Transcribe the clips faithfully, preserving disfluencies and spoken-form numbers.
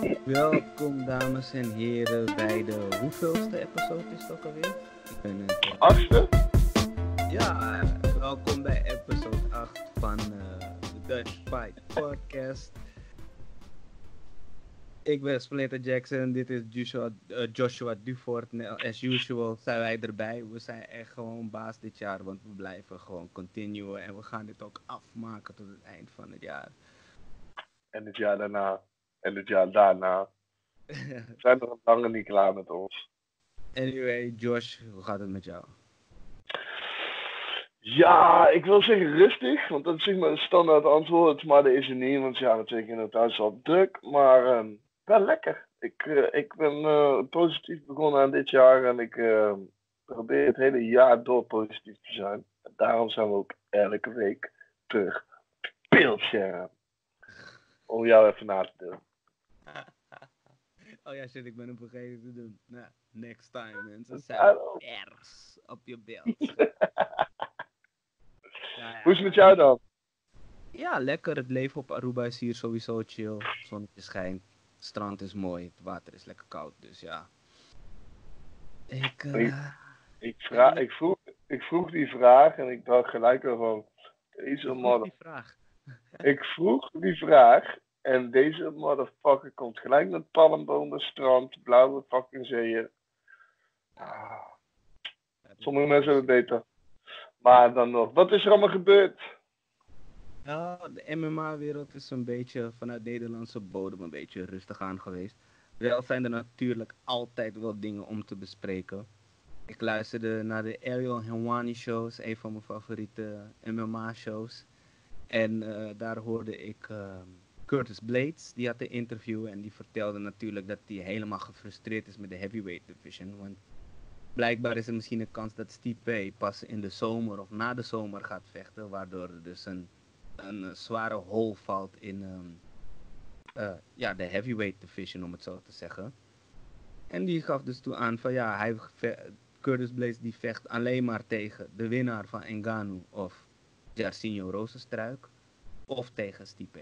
Welkom dames en heren bij de hoeveelste episode is het ook alweer? Ik ben het. Uh... Achtste? Ja, welkom bij episode acht van uh, de Dutch Fight Podcast. Ik ben Splinter Jackson, dit is Joshua, uh, Joshua Dufort. As usual zijn wij erbij. We zijn echt gewoon baas dit jaar, want we blijven gewoon continuen en we gaan dit ook afmaken tot het eind van het jaar. En het jaar daarna. En het jaar daarna. We zijn nog langer niet klaar met ons. Anyway, Josh, hoe gaat het met jou? Ja, ik wil zeggen rustig, want dat is zeg maar een standaard antwoord, maar dat is er niet, want ja, natuurlijk inderdaad is al druk, maar uh, wel lekker. Ik, uh, ik ben uh, positief begonnen aan dit jaar en ik uh, probeer het hele jaar door positief te zijn. En daarom zijn we ook elke week terug op het beeldscherm. Om jou even na te doen. Oh ja, shit, ik ben hem vergeten te doen. Nou, next time, mensen. Zijn ers op je beeld. Ja, ja. Hoe is het met jou dan? Ja, lekker. Het leven op Aruba is hier sowieso chill. Het zonnetje schijnt. Het strand is mooi. Het water is lekker koud. Dus ja. Ik, uh, ik, ik, vraag, ik, vroeg, ik vroeg die vraag en ik dacht gelijk al van... Deze man... die vraag. Ik vroeg die vraag en deze motherfucker komt gelijk met palmbomen, strand, blauwe fucking zeeën. Ah. Sommige mensen hebben het beter. Maar dan nog, wat is er allemaal gebeurd? Ja, de M M A-wereld is een beetje vanuit Nederlandse bodem een beetje rustig aan geweest. Wel zijn er natuurlijk altijd wel dingen om te bespreken. Ik luisterde naar de Ariel Helwani shows, een van mijn favoriete M M A-shows. En uh, daar hoorde ik uh, Curtis Blades, die had een interview en die vertelde natuurlijk dat hij helemaal gefrustreerd is met de heavyweight division. Want blijkbaar is er misschien een kans dat Stipe pas in de zomer of na de zomer gaat vechten, waardoor er dus een, een, een zware hole valt in um, uh, ja, de heavyweight division, om het zo te zeggen. En die gaf dus toe aan van ja, hij, Curtis Blades die vecht alleen maar tegen de winnaar van Ngannou of Jairzinho Rozenstruik of tegen Stipe.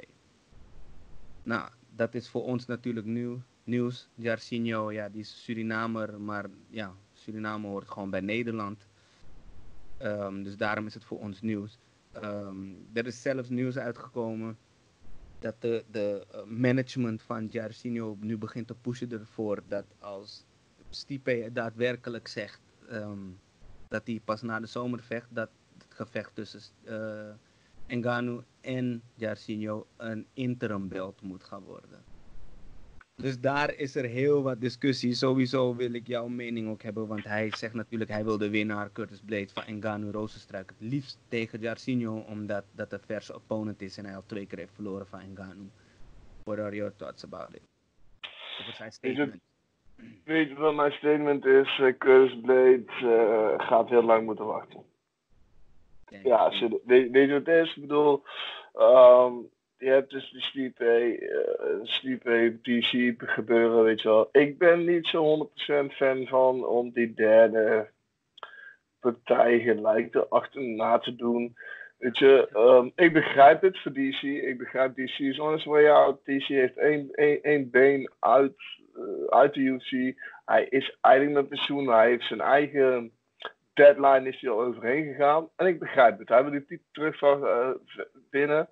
Nou, dat is voor ons natuurlijk nieuw, nieuws. Jairzinho, ja, die is Surinamer, maar ja, Suriname hoort gewoon bij Nederland. Um, dus daarom is het voor ons nieuws. Um, er is zelfs nieuws uitgekomen dat de, de uh, management van Jairzinho nu begint te pushen ervoor dat als Stipe daadwerkelijk zegt um, dat hij pas na de zomer vecht, dat het gevecht tussen uh, Ngannou en Jairzinho een interim belt moet gaan worden. Dus daar is er heel wat discussie. Sowieso wil ik jouw mening ook hebben, want hij zegt natuurlijk hij wil de winnaar Curtis Blades van Ngannou Rozenstruik het liefst tegen Jairzinho, omdat dat een verse opponent is en hij al twee keer heeft verloren van Ngannou. What are your thoughts about it? Over zijn statement. Weet je wat mijn statement is? Uh, Curtis Blades uh, gaat heel lang moeten wachten. Denk ja, ze, weet, weet je wat het is? Ik bedoel, um, je hebt dus die Stipe, uh, Stipe, D C gebeuren, weet je wel. Ik ben niet zo honderd procent fan van om die derde partij gelijk erachterna te doen. Weet je, um, ik begrijp het voor D C. Ik begrijp D C is honest way out. D C heeft één, één, één been uit, uh, uit de U F C. Hij is eigenlijk met pensioen. Hij heeft zijn eigen deadline is hij al overheen gegaan. En ik begrijp het. Hij wil die titel terug van uh, winnen.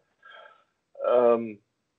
Um,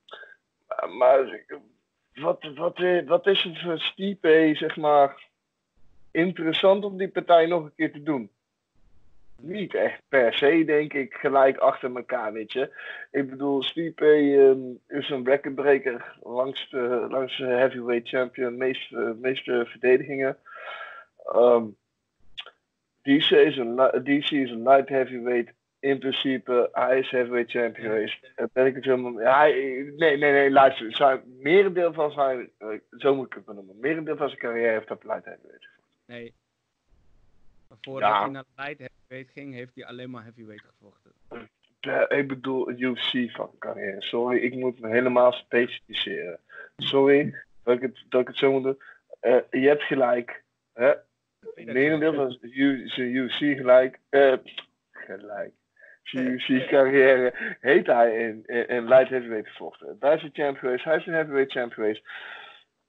maar wat, wat, wat is het voor Stipe, zeg maar, interessant om die partij nog een keer te doen? Niet echt per se, denk ik, gelijk achter elkaar, weet je. Ik bedoel, Stipe um, is een recordbreker langs de, langs de heavyweight champion, meeste, meeste verdedigingen. Um, D C is een, D C is een light heavyweight. In principe, hij is heavyweight champion ja. geweest. En ben ik het helemaal... Hij, nee, nee, nee, luister. Zijn merendeel van zijn... Zo moet ik het benoemen. Merendeel van zijn carrière heeft hij op light heavyweight gevochten. Nee. Voordat ja. hij naar light heavyweight ging, heeft hij alleen maar heavyweight gevochten. De, ik bedoel U F C van carrière. Sorry, ik moet me helemaal specificeren. Sorry dat ik het, dat ik het zo moet doen. Uh, je hebt gelijk. Hè? Merendeel van zijn U F C gelijk. Uh, gelijk. Zijn U F C carrière heeft hij in, in, in light heavyweight gevochten. Daar is hij champ geweest. Hij is een heavyweight champ geweest.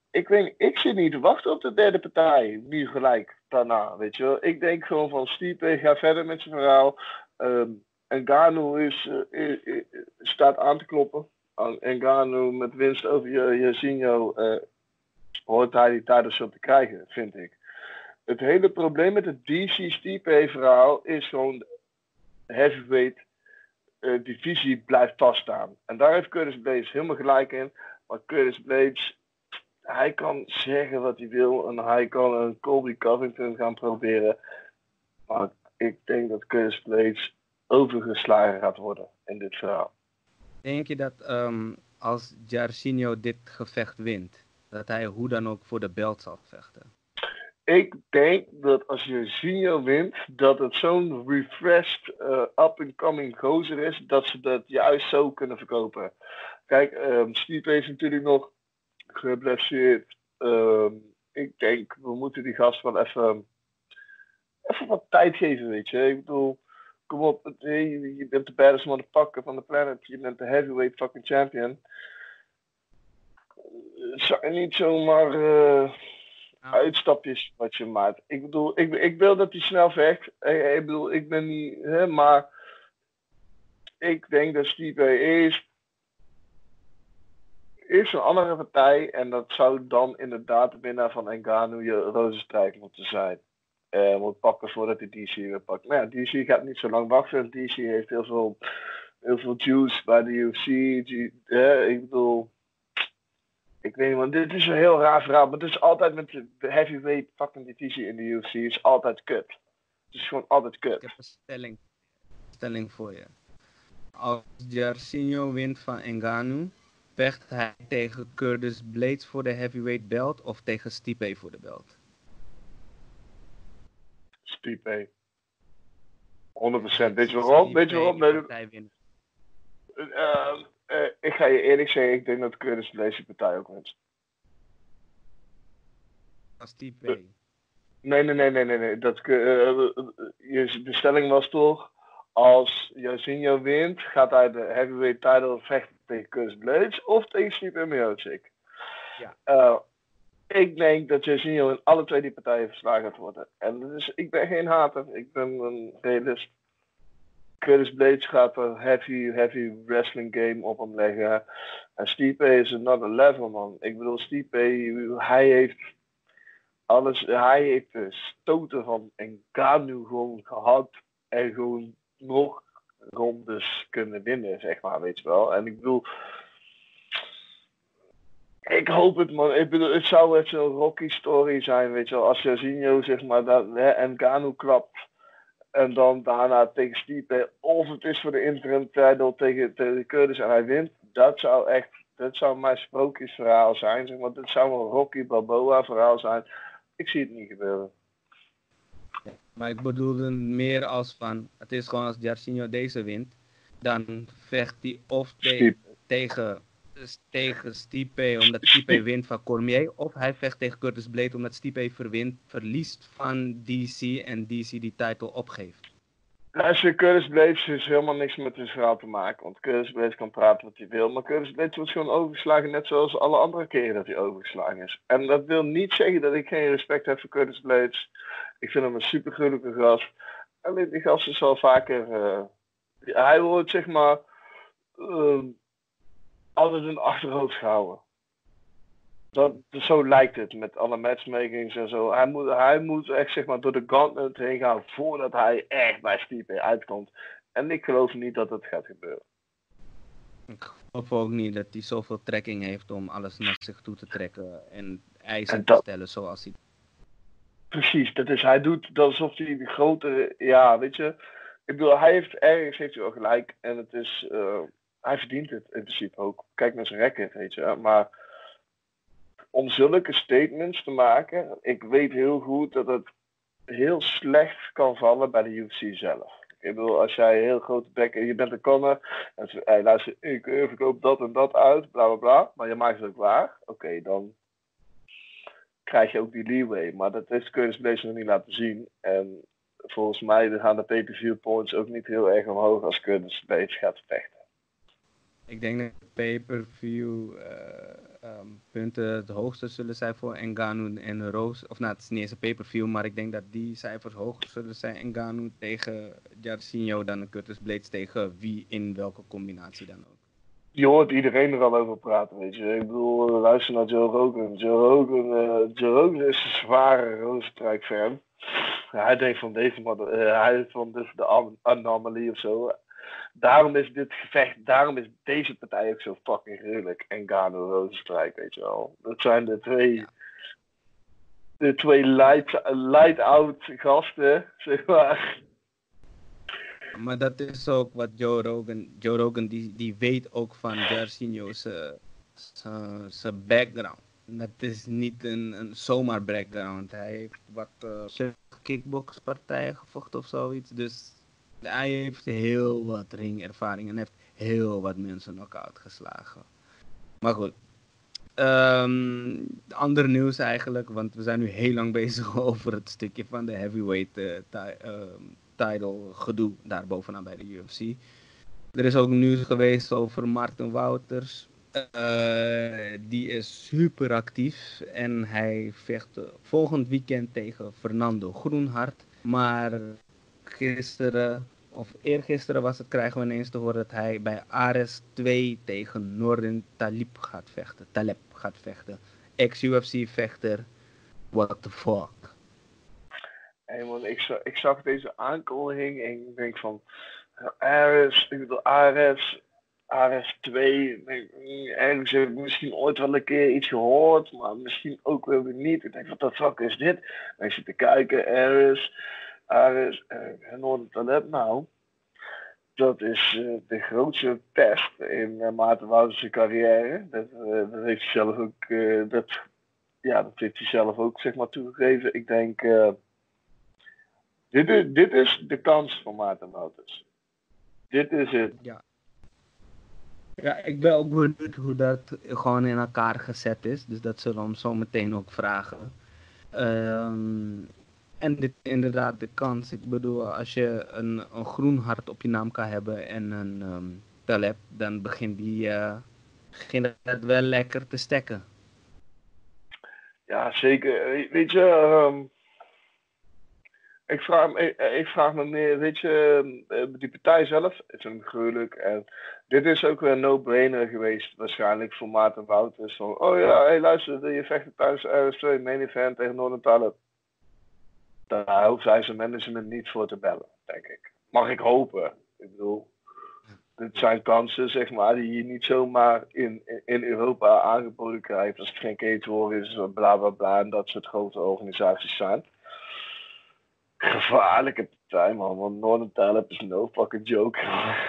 ik weet ik zit niet te wachten op de derde partij, nu gelijk daarna, weet je wel. Ik denk gewoon van Stipe, ga verder met zijn verhaal. Um, Ngannou is, uh, is, is, staat aan te kloppen. Ngannou met winst over Jairzinho uh, hoort hij die tijdens op te krijgen, vind ik. Het hele probleem met het D C Stipe verhaal is gewoon de heavyweight uh, divisie blijft vaststaan. En daar heeft Curtis Blades helemaal gelijk in. Maar Curtis Blades, hij kan zeggen wat hij wil en hij kan een Colby Covington gaan proberen. Maar ik denk dat Curtis Blades overgeslagen gaat worden in dit verhaal. Denk je dat um, als Jairzinho dit gevecht wint, dat hij hoe dan ook voor de belt zal vechten? Ik denk dat als Jairzinho wint, dat het zo'n refreshed, uh, up-and-coming gozer is, dat ze dat juist zo kunnen verkopen. Kijk, um, Stipe is natuurlijk nog geblesseerd. Um, ik denk, we moeten die gast wel even, even wat tijd geven, weet je. Ik bedoel, kom op, je, je bent de baddest motherfucker van de planet. Je bent de heavyweight fucking champion. Zou je niet zomaar uh, uitstapjes wat je maakt. Ik bedoel, ik, ik wil dat hij snel vecht. Ik, ik bedoel, ik ben niet, hè, maar ik denk dat Stipe is is een andere partij en dat zou dan inderdaad de winnaar van Ngannou je rozenstruik moeten zijn. Uh, moet pakken voordat hij D C weer pakt. Maar ja, D C gaat niet zo lang wachten. D C heeft heel veel, heel veel juice bij de U F C. Uh, ik bedoel, ik weet niet man, dit is een heel raar verhaal, maar het is altijd met de heavyweight fucking divisie in de U F C is altijd kut. Het is gewoon altijd kut. Ik heb een stelling, stelling voor je. Als Jairzinho wint van Ngannou, vecht hij tegen Curtis Blades voor de heavyweight belt of tegen Stipe voor de belt? Stipe. honderd procent. Weet je waarom? Weet je waarom? Nee, uh, uh, ik ga je eerlijk zeggen, ik denk dat Curtis Blades de partij ook wint. Als Stipe? Uh, nee, nee, nee, nee, nee. nee. Dat, uh, uh, je bestelling was toch, als Jairzinho wint, gaat hij de heavyweight title vechten tegen Curtis Blades of tegen Stipe Miocic. Ja. Uh, ik denk dat Jairzinho in alle twee die partijen verslagen gaat worden. En dus, ik ben geen hater, ik ben een realist. Curtis Blades gaat een heavy, heavy wrestling game op hem leggen. En Stipe is another level, man. Ik bedoel, Stipe, hij heeft alles, hij heeft de stoten van Ngannou gewoon gehad. En gewoon nog rondes kunnen winnen, zeg maar, weet je wel. En ik bedoel, ik hoop het, man. Ik bedoel, het zou echt zo'n Rocky story zijn, weet je wel. Als Jairzinho, zeg maar, dat Ngannou klapt. En dan daarna tegen Stipe. Of het is voor de interim title tegen, tegen Curtis en hij wint. Dat zou echt, dat zou mijn sprookjesverhaal zijn. Zeg maar. Dat zou een Rocky Balboa verhaal zijn. Ik zie het niet gebeuren. Ja, maar ik bedoelde meer als van, het is gewoon als Jairzinho deze wint. Dan vecht hij of te- tegen, tegen Stipe omdat Stipe wint van Cormier. Of hij vecht tegen Curtis Blades omdat Stipe verwint, verliest van D C en D C die titel opgeeft. Luister, Curtis Blades heeft helemaal niks met zijn verhaal te maken. Want Curtis Blades kan praten wat hij wil. Maar Curtis Blades wordt gewoon overgeslagen net zoals alle andere keren dat hij overgeslagen is. En dat wil niet zeggen dat ik geen respect heb voor Curtis Blades. Ik vind hem een super gruwelijke gast. Alleen die gast is wel vaker... Uh, hij wordt zeg maar... Uh, altijd in het achterhoofd gehouden. Dat, zo lijkt het met alle matchmakings en zo. Hij moet, hij moet echt zeg maar door de gauntlet heen gaan voordat hij echt bij Stipe uitkomt. En ik geloof niet dat dat gaat gebeuren. Ik geloof ook niet dat hij zoveel trekking heeft om alles naar zich toe te trekken en eisen en dat, te stellen zoals hij... Precies, dat is, hij doet dat alsof hij de grotere, ja weet je. Ik bedoel, hij heeft ergens heeft hij wel gelijk en het is, uh, hij verdient het in principe ook. Kijk naar zijn record, weet je. Maar om zulke statements te maken, ik weet heel goed dat het heel slecht kan vallen bij de U F C zelf. Ik bedoel, als jij een heel grote bek en je bent een conner en ze, hey, luister, ik verkoop dat en dat uit, bla bla bla, maar je maakt het ook waar, oké, okay, dan krijg je ook die leeway. Maar dat heeft Curtis Blades nog niet laten zien. En volgens mij gaan de pay-per-view points ook niet heel erg omhoog als Curtis Blades gaat vechten. Ik denk dat de pay-per-view uh, um, punten het hoogste zullen zijn voor Ngannou en Rose. Of nou, het is niet eens een pay-per-view, maar ik denk dat die cijfers hoger zullen zijn. Ngannou tegen Jairzinho dan Curtis Blades tegen wie in welke combinatie dan ook. Je hoort iedereen er al over praten, weet je. Ik bedoel, luister naar Joe Rogan. Joe Rogan, uh, Joe Rogan is een zware Rozenstruik-fan. Hij denkt van deze man, uh, hij is van dus de anomalie of zo. Daarom is dit gevecht, daarom is deze partij ook zo fucking gruwelijk. Ngannou, Rozenstruik, weet je wel. Dat zijn de twee, ja. de twee light, light out gasten, zeg maar. Maar dat is ook wat Joe Rogan, Joe Rogan die, die weet ook van Jairzinho's zijn background. Dat is niet een, een zomaar background. Hij heeft wat uh, kickboxpartijen gevochten of zoiets. Dus hij heeft heel wat ringervaring en heeft heel wat mensen knock-out geslagen. Maar goed. Um, ander nieuws eigenlijk, want we zijn nu heel lang bezig over het stukje van de heavyweight uh, ti- uh, title gedoe daar bovenaan bij de U F C. Er is ook nieuws geweest over Martin Wouters. Uh, die is super actief en hij vecht volgend weekend tegen Fernando Groenhart. Maar gisteren, of eergisteren was het, krijgen we ineens te horen dat hij bij Ares twee tegen Nordin Talib gaat vechten. Taleb gaat vechten. Ex-U F C vechter. What the fuck? Hey man, ik, zag, ik zag deze aankondiging en ik denk van Ares, ik bedoel Ares, Ares twee, ergens heb ik misschien ooit wel een keer iets gehoord, maar misschien ook weer niet. Ik denk, wat de fuck is dit? En ik zit te kijken, Ares, Ares en Nordin Taleb, nou, dat is uh, de grootste test in uh, Maarten Wouters' carrière. Dat, uh, dat heeft hij zelf ook, uh, dat, ja, dat heeft hij zelf ook zeg maar toegegeven. Ik denk, uh, dit, is, dit is de kans van Maarten Wouters. Dit is het. Ja. Ja, ik ben ook benieuwd hoe dat gewoon in elkaar gezet is. Dus dat zullen we hem zo meteen ook vragen. Um, en dit is inderdaad de kans. Ik bedoel, als je een, een groen hart op je naam kan hebben en een um, Taleb, dan begint die uh, begint het wel lekker te stekken. Ja, zeker. Weet je, um, ik, vraag, ik, ik vraag me meer, weet je, die partij zelf is een gruwelijk. En dit is ook weer een no-brainer geweest, waarschijnlijk voor Maarten Wouters. Van, oh ja, hey, luister, wil je vechten tijdens R S twee main event tegen Nordin Taleb? Daar hoeft hij zijn management niet voor te bellen, denk ik. Mag ik hopen. Ik bedoel, dit zijn kansen, zeg maar, die je niet zomaar in, in Europa aangeboden krijgt. Als het geen Cage is, bla bla bla, en dat soort grote organisaties zijn. Gevaarlijke partij, man, want Nordin Taleb is no fucking joke.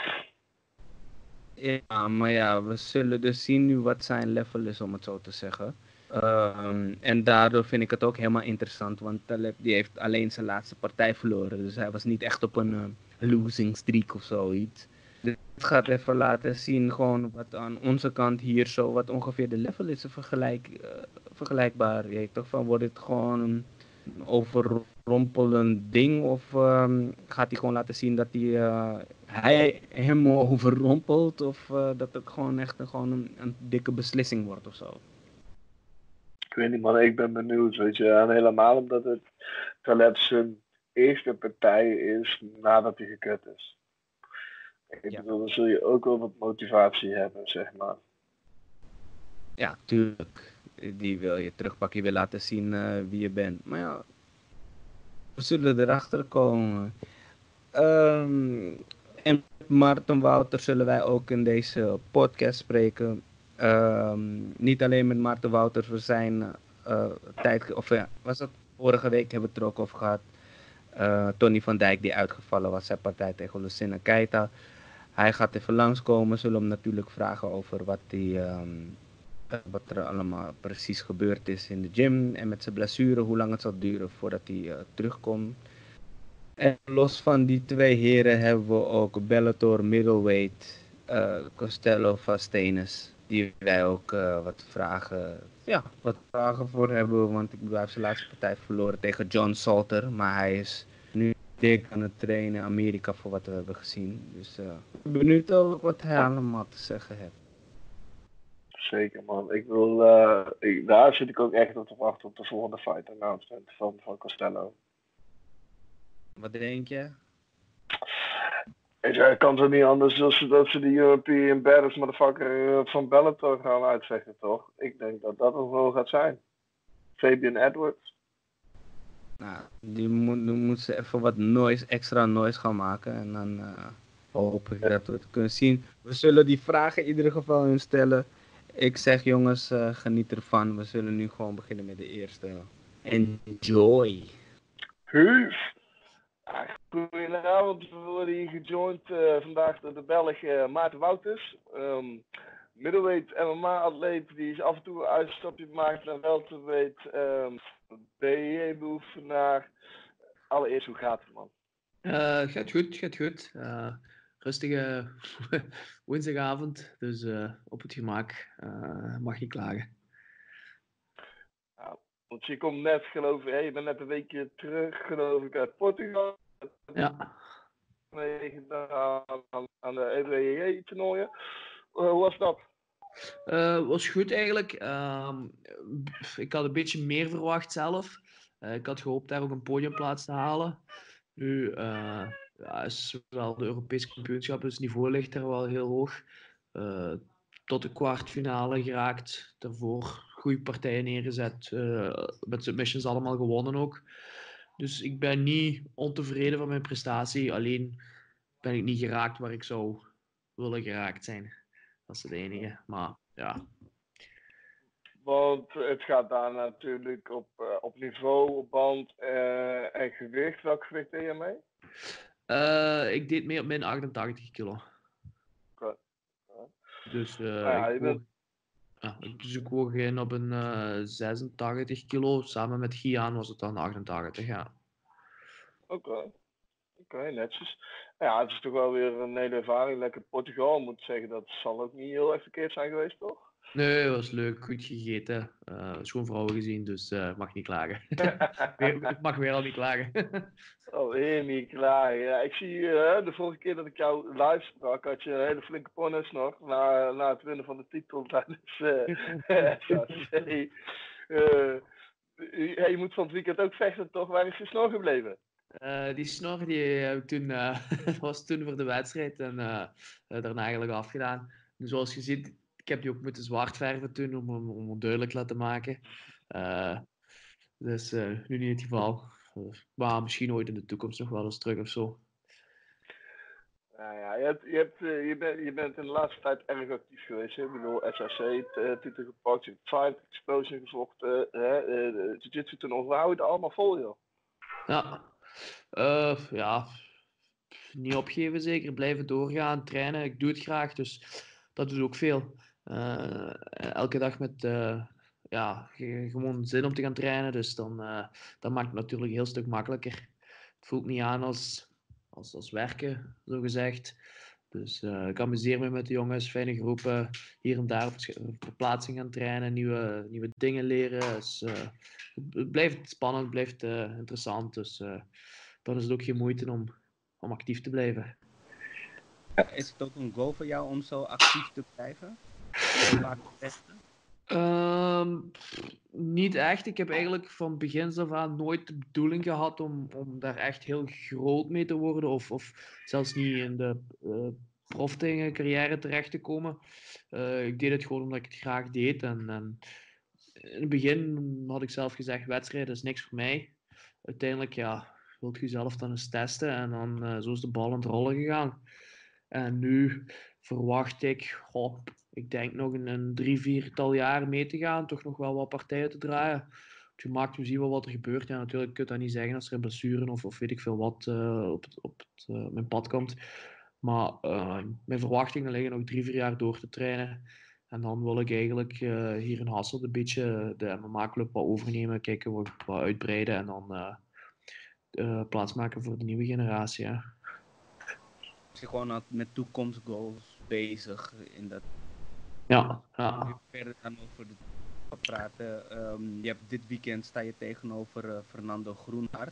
Ja, maar ja, we zullen dus zien nu wat zijn level is, om het zo te zeggen. Um, en daardoor vind ik het ook helemaal interessant, want Taleb die heeft alleen zijn laatste partij verloren. Dus hij was niet echt op een uh, losing streak of zoiets. Dus het gaat even laten zien gewoon wat aan onze kant hier zo, wat ongeveer de level is vergelijk, uh, vergelijkbaar. Je weet toch van, wordt het gewoon een overrompelend ding of um, gaat hij gewoon laten zien dat hij, uh, hij hem overrompelt of uh, dat het gewoon echt een, gewoon een, een dikke beslissing wordt of zo? Ik weet niet, man, ik ben benieuwd, weet je, en helemaal omdat het Taleb zijn eerste partij is nadat hij gekut is. Ik ja. bedoel, dan zul je ook wel wat motivatie hebben, zeg maar. Ja, tuurlijk. Die wil je terugpakken, je wil laten zien uh, wie je bent. Maar ja, we zullen erachter komen. Um, en met Martin Wouters zullen wij ook in deze podcast spreken. Um, niet alleen met Martin Wouters, we zijn uh, tijd, of ja, was het vorige week hebben we het er ook over gehad. Uh, Tony van Dijk die uitgevallen was, zijn partij tegen Lucina Keita. Hij gaat even langskomen, zullen hem natuurlijk vragen over wat, die, um, wat er allemaal precies gebeurd is in de gym en met zijn blessure, hoe lang het zal duren voordat hij uh, terugkomt. En los van die twee heren hebben we ook Bellator middleweight uh, Costello Vastenes, die wij ook uh, wat vragen, ja, wat vragen voor hebben, want ik bedoel, hij heeft zijn laatste partij verloren tegen John Salter, maar hij is nu dik aan het trainen in Amerika voor wat we hebben gezien. Dus uh, ik ben benieuwd ook wat hij allemaal te zeggen heeft. Zeker man. Ik wil, uh, ik, daar zit ik ook echt op te wachten op de volgende fight announcement van, van Costello. Wat denk je? Het kan toch niet anders dan dat ze de European Baddest Motherfucker van Bellator gaan uitvechten, toch? Ik denk dat dat nog wel gaat zijn. Fabian Edwards. Nou, die moet, die moet ze even wat noise, extra noise gaan maken. En dan uh, hoop ik dat we het kunnen zien. We zullen die vragen in ieder geval hun stellen. Ik zeg jongens, uh, geniet ervan. We zullen nu gewoon beginnen met de eerste. Enjoy. Huuf. Goedenavond, we worden hier gejoind uh, vandaag door de Belg uh, Maarten Wouters. Um, middleweight M M A-atleet die is af en toe een uitstapje maakt naar welterweight um, B J beoefenaar. Allereerst, hoe gaat het, man? Uh, gaat goed, gaat goed. Uh, rustige woensdagavond, dus uh, op het gemak, uh, mag niet klagen. Nou, want je komt net, geloof ik, hè, je bent net een weekje terug, geloof ik, uit Portugal. Ja. Meegedaan aan, aan de E W J toernooien. Uh, hoe was dat? Uh, was goed eigenlijk. Uh, ik had een beetje meer verwacht zelf. Uh, ik had gehoopt daar ook een podiumplaats te halen. Nu uh, ja, is wel de Europese kampioenschap, dus het niveau ligt er wel heel hoog. Uh, tot de kwartfinale geraakt. Daarvoor goede partijen neergezet. Uh, met submissions allemaal gewonnen ook. Dus ik ben niet ontevreden van mijn prestatie. Alleen ben ik niet geraakt waar ik zou willen geraakt zijn. Dat is het enige. Maar ja. Want het gaat daar natuurlijk op, uh, op niveau, op band uh, en gewicht. Welk gewicht deed je mee? Uh, ik deed mee op min achtentachtig kilo. Okay. Dus, uh, ah, ja, ik bent... woog, ja, dus ik woog in op een uh, zesentachtig kilo. Samen met Gian was het dan achtentachtig, ja. Oké. Okay. Oké, okay, netjes. Ja, het is toch wel weer een hele ervaring. Lekker Portugal, moet zeggen. Dat zal ook niet heel erg verkeerd zijn geweest, toch? Nee, het was leuk. Goed gegeten. Uh, schoon vrouwen gezien, dus uh, mag niet klagen. Ik mag weer al niet klagen. Oh, heel niet klagen. Ja, ik zie uh, de vorige keer dat ik jou live sprak, had je een hele flinke pornos nog. Na, na het winnen van de titel tijdens uh, S A C. Uh, je moet van het weekend ook vechten, toch? Waar is je snor gebleven? Uh, die snor die heb ik toen, uh, was toen voor de wedstrijd en uh, daarna eigenlijk afgedaan. Dus zoals je ziet, ik heb die ook moeten zwart verven toen om hem om, om duidelijk te laten maken. Uh, dus uh, nu niet het geval. Uh, maar misschien ooit in de toekomst nog wel eens terug of zo. Nou ja, je, hebt, je, hebt, uh, je, bent, je bent in de laatste tijd erg actief geweest. Hè? Ik bedoel, S A C-titel gepakt, je hebt Fight Explosion gevochten, uh, uh, Jiu-Jitsu toen hou je het allemaal vol, joh. Ja, uh, ja, niet opgeven zeker, blijven doorgaan, trainen. Ik doe het graag, dus dat doet ook veel. Uh, elke dag met uh, ja, gewoon zin om te gaan trainen, dus dan, uh, dat maakt het natuurlijk een heel stuk makkelijker. Het voelt niet aan als, als, als werken, zo gezegd. Dus uh, ik amuseer me met de jongens, fijne groepen, hier en daar op verplaatsing gaan trainen, nieuwe, nieuwe dingen leren. Dus, uh, het blijft spannend, het blijft uh, interessant, dus uh, dan is het ook geen moeite om, om actief te blijven. Is het ook een goal voor jou om zo actief te blijven? Vaak testen? Um, niet echt. Ik heb eigenlijk van begins af aan nooit de bedoeling gehad om, om daar echt heel groot mee te worden. Of, of zelfs niet in de uh, profdingen carrière terecht te komen. Uh, ik deed het gewoon omdat ik het graag deed. En, en in het begin had ik zelf gezegd, wedstrijden is niks voor mij. Uiteindelijk, ja, wilt je jezelf dan eens testen. En dan uh, zo is de bal aan het rollen gegaan. En nu verwacht ik, goh, ik denk nog een, een drie, viertal jaar mee te gaan. Toch nog wel wat partijen te draaien. Je maakt, we zien wel wat er gebeurt. Ja, natuurlijk kun je dat niet zeggen als er een blessure of, of weet ik veel wat uh, op, het, op het, uh, mijn pad komt. Maar uh, mijn verwachtingen liggen nog drie, vier jaar door te trainen. En dan wil ik eigenlijk uh, hier in Hasselt een beetje de M M A-club wat overnemen. Kijken wat, wat uitbreiden en dan uh, uh, plaatsmaken voor de nieuwe generatie. Ja. Je gewoon met toekomstgoals bezig in dat. Ja, ja. Verder dan over de praten. Um, je hebt dit weekend sta je tegenover uh, Fernando Groenhart.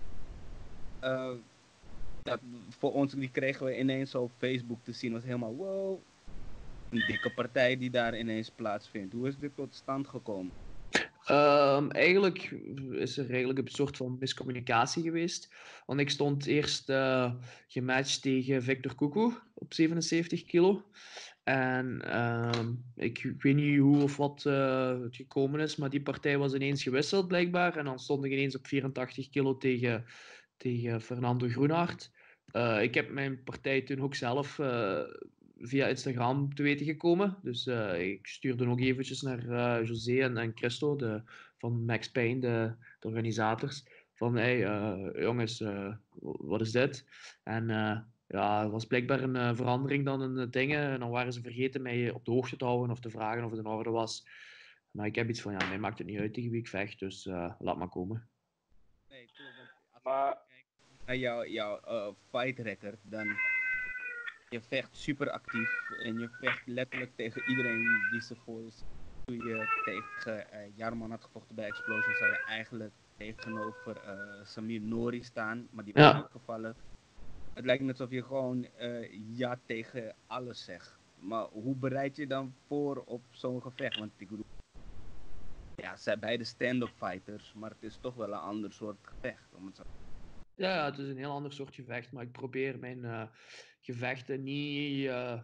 Uh, dat, voor ons die kregen we ineens op Facebook te zien. Was helemaal wow. een dikke partij die daar ineens plaatsvindt. Hoe is dit tot stand gekomen? Um, eigenlijk is er eigenlijk een soort van miscommunicatie geweest. Want ik stond eerst uh, gematcht tegen Victor Koekoe op zevenenzeventig kilo. En um, ik, ik weet niet hoe of wat uh, het gekomen is, maar die partij was ineens gewisseld blijkbaar. En dan stond ik ineens op vierentachtig kilo tegen, tegen Fernando Groenhart. Uh, ik heb mijn partij toen ook zelf uh, via Instagram te weten gekomen. Dus uh, ik stuurde ook eventjes naar uh, José en, en Christo de, van Max Payne, de, de organisators. Van, hey, uh, jongens, uh, wat is dit? En uh, ja, het was blijkbaar een uh, verandering dan in de dingen. En dan waren ze vergeten mij op de hoogte te houden of te vragen of het in orde was. Maar ik heb iets van, ja, mij maakt het niet uit tegen wie ik vecht, dus uh, laat maar komen. Nee, klopt. Want als maar... je kijkt naar jouw, jouw uh, fight record, dan je vecht super actief en je vecht letterlijk tegen iedereen die ze voor is. Toen je tegen uh, Jarman had gevochten bij Explosion, zou je eigenlijk tegenover uh, Samir Nori staan, maar die was Ja. uitgevallen. Het lijkt net alsof je gewoon uh, ja tegen alles zegt. Maar hoe bereid je dan voor op zo'n gevecht? Want ik bedoel, ja, ze zijn beide stand-up fighters, maar het is toch wel een ander soort gevecht. Om het zo... Ja, ja, het is een heel ander soort gevecht, maar ik probeer mijn uh, gevechten niet... Uh,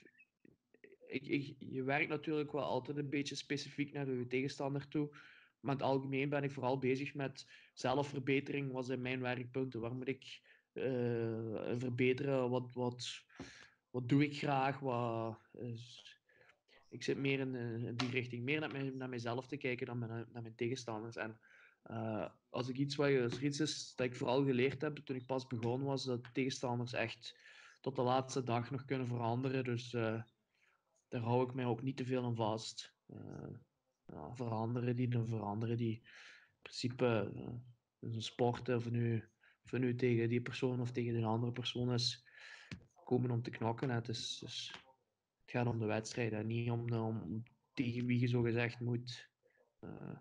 ik, ik, je werkt natuurlijk wel altijd een beetje specifiek naar je tegenstander toe, maar in het algemeen ben ik vooral bezig met zelfverbetering. Wat zijn mijn werkpunten? Waar moet ik uh, verbeteren? Wat, wat, wat doe ik graag? Wat, is... Ik zit meer in, in die richting, meer naar, mij, naar mezelf te kijken dan naar, naar mijn tegenstanders. En uh, als, ik iets, wat, als er iets is dat ik vooral geleerd heb toen ik pas begonnen was, dat tegenstanders echt tot de laatste dag nog kunnen veranderen. Dus uh, daar hou ik mij ook niet te veel aan vast. Uh, ja, veranderen die, dan veranderen die. In principe, uh, een sport, of nu, of nu tegen die persoon of tegen een andere persoon is, komen om te knokken. Het, is, dus, het gaat om de wedstrijd en niet om, de, om tegen wie je zo gezegd moet. Uh...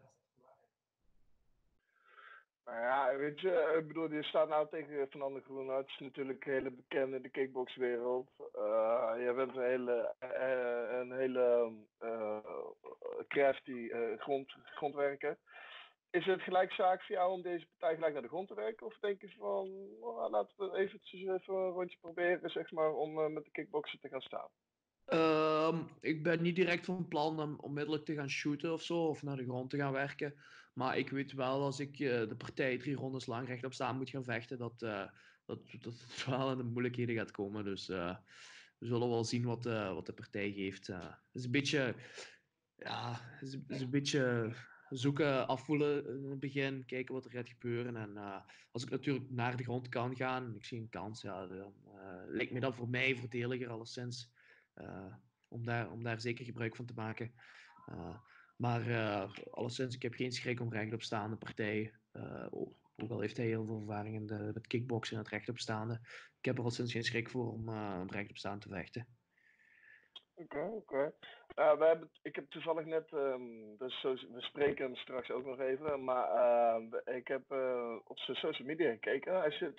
Nou ja, weet je, ik bedoel, je staat nou tegen Fernando Groenhart, is natuurlijk een hele bekende in de kickboxwereld. Uh, je bent een hele, uh, een hele uh, crafty uh, grond, grondwerker. Is het gelijk zaak voor jou om deze partij gelijk naar de grond te werken? Of denk je van, oh, laten we eventjes even een rondje proberen, zeg maar, om uh, met de kickboksen te gaan staan? Um, ik ben niet direct van plan om onmiddellijk te gaan shooten of zo, of naar de grond te gaan werken. Maar ik weet wel, als ik uh, de partij drie rondes lang rechtop staan moet gaan vechten, dat, uh, dat, dat het wel aan de moeilijkheden gaat komen. Dus uh, we zullen wel zien wat, uh, wat de partij geeft. Uh, het is een beetje, ja, het is, het is een beetje zoeken, afvoelen in het begin, kijken wat er gaat gebeuren. En uh, als ik natuurlijk naar de grond kan gaan en ik zie een kans, ja, dan uh, lijkt me dat voor mij voordeliger alleszins. Uh, om, daar, om daar zeker gebruik van te maken. Uh, maar uh, alleszins, ik heb geen schrik om rechtop staande partijen. Uh, ook al heeft hij heel veel ervaring in de, met kickboksen en het rechtop staande. Ik heb er alleszins geen schrik voor om, uh, om rechtop staan te vechten. Oké, okay, oké. Okay. Uh, ik heb toevallig net, um, dus zo, we spreken hem straks ook nog even, maar uh, ik heb uh, op zijn social media gekeken. Hij zit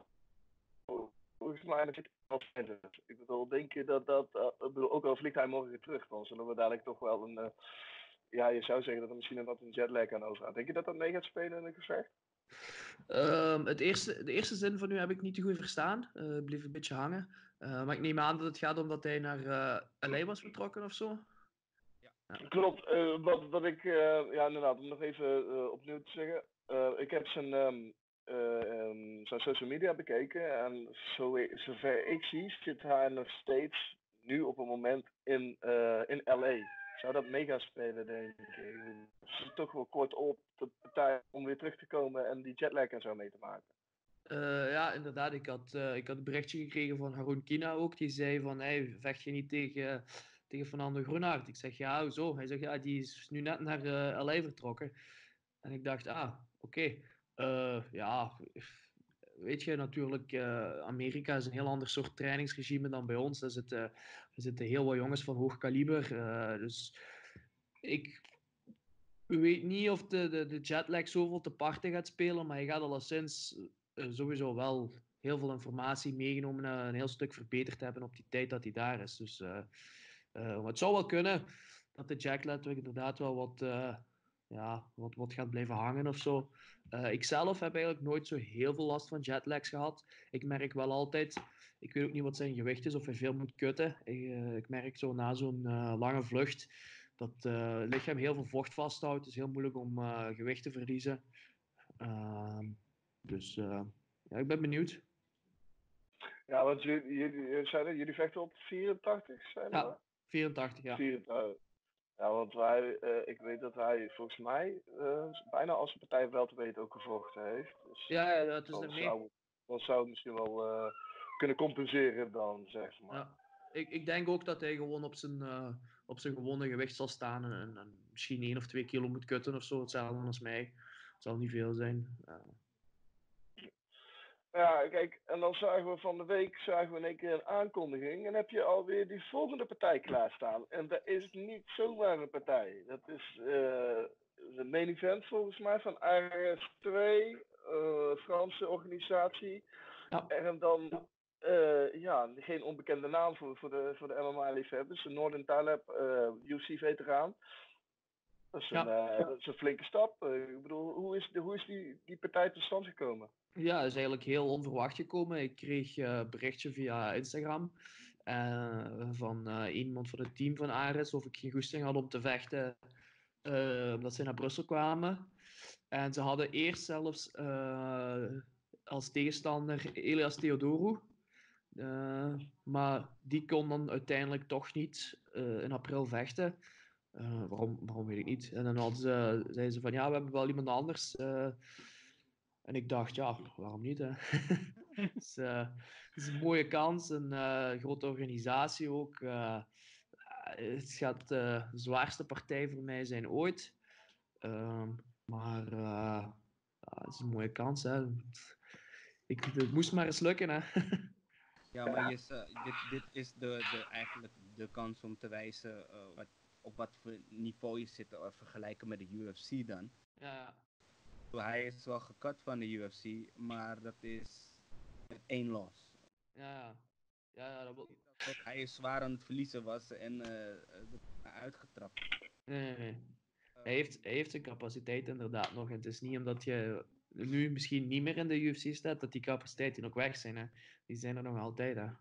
volgens mij natuurlijk altijd. Ik bedoel, denk je dat dat, uh, ik bedoel, ook al vliegt hij morgen weer terug, dan zullen we dadelijk toch wel een, uh, ja, je zou zeggen dat er misschien wat een jetlag aan overgaat. Denk je dat dat mee gaat spelen in een gevecht? Um, het eerste, de eerste zin van u heb ik niet te goed verstaan. Uh, bleef een beetje hangen. Uh, maar ik neem aan dat het gaat om dat hij naar uh, L A was vertrokken of zo. Ja. Ja. Klopt. Uh, wat, wat ik, uh, ja inderdaad, om nog even uh, opnieuw te zeggen. Uh, ik heb zijn, um, uh, um, zijn social media bekeken en zo, zover ik zie zit hij nog steeds nu op het moment in, uh, in L A. Zou dat mega spelen, denk ik. Het is toch wel kort op de partij om weer terug te komen en die jetlag en zo mee te maken. Uh, ja, inderdaad. Ik had, uh, ik had een berichtje gekregen van Haroon Kina ook. Die zei van, hey, vecht je niet tegen, tegen Fernando Groenhart? Ik zeg, ja, hoezo? Hij zegt, ja, die is nu net naar uh, L A vertrokken. En ik dacht, ah, oké. Okay. Uh, ja, weet je, natuurlijk, uh, Amerika is een heel ander soort trainingsregime dan bij ons. Er zitten, er zitten heel wat jongens van hoog kaliber. Uh, dus ik weet niet of de, de, de jetlag zoveel te parten gaat spelen, maar je gaat alleszins uh, sowieso wel heel veel informatie meegenomen en een heel stuk verbeterd hebben op die tijd dat hij daar is. Dus uh, Uh, maar het zou wel kunnen dat de jetlag inderdaad wel wat, uh, ja, wat, wat gaat blijven hangen of zo. Uh, ik zelf heb eigenlijk nooit zo heel veel last van jetlags gehad. Ik merk wel altijd, ik weet ook niet wat zijn gewicht is of hij veel moet kutten. Ik, uh, ik merk zo na zo'n uh, lange vlucht dat uh, het lichaam heel veel vocht vasthoudt. Het is heel moeilijk om uh, gewicht te verliezen. Uh, dus uh, ja, ik ben benieuwd. Ja, want jullie, jullie, zeiden, jullie vechten op vierentachtig, zijn ja, we? vierentachtig, ja. vierentachtig. Ja, want wij, uh, ik weet dat hij volgens mij uh, bijna als een partij welterweight ook gevochten heeft. Dus ja, ja, dat is dan ermee. zou, dan zou het misschien wel uh, kunnen compenseren dan, zeg maar. Ja. Ik, ik denk ook dat hij gewoon op zijn, uh, op zijn gewone gewicht zal staan en, en misschien één of twee kilo moet kutten of zo, hetzelfde als mij. Het zal niet veel zijn. Uh. Ja, kijk, en dan zagen we van de week zagen we in één keer een aankondiging en heb je alweer die volgende partij klaarstaan. En dat is niet zomaar een partij. Dat is uh, de main event volgens mij van R S twee, uh, Franse organisatie. Ja. En dan, uh, ja, geen onbekende naam voor, voor de, voor de M M A-liefhebbers. Nordin Taleb, uh, U F C-veteraan. Dat is een, ja. uh, dat is een flinke stap. Uh, ik bedoel, hoe is, de, hoe is die, die partij tot stand gekomen? Ja, dat is eigenlijk heel onverwacht gekomen. Ik kreeg een uh, berichtje via Instagram uh, van uh, iemand van het team van Ares of ik geen goesting had om te vechten, uh, omdat ze naar Brussel kwamen. En ze hadden eerst zelfs uh, als tegenstander Elias Theodorou. Uh, maar die kon dan uiteindelijk toch niet uh, in april vechten. Uh, waarom, waarom weet ik niet. En dan hadden ze, zeiden ze van ja, we hebben wel iemand anders. Uh, en ik dacht, ja, waarom niet? Hè? Dus, uh, het is een mooie kans, een uh, grote organisatie ook. Uh, het gaat uh, de zwaarste partij voor mij zijn ooit. Uh, maar uh, ja, het is een mooie kans. Hè? Ik, het moest maar eens lukken. Hè? Ja, maar je, uh, dit, dit is de, de, eigenlijk de kans om te wijzen uh, wat, op wat voor niveau je zit uh, vergelijken met de U F C dan. Ja. Hij is wel gecut van de U F C, maar dat is met één los. Ja, ja, ja dat wil... dat hij is zwaar aan het verliezen was en uh, uitgetrapt. Nee, nee, nee. Hij heeft, hij heeft zijn capaciteit inderdaad nog. En het is niet omdat je nu misschien niet meer in de U F C staat, dat die capaciteiten ook weg zijn. Hè. Die zijn er nog altijd. Hè.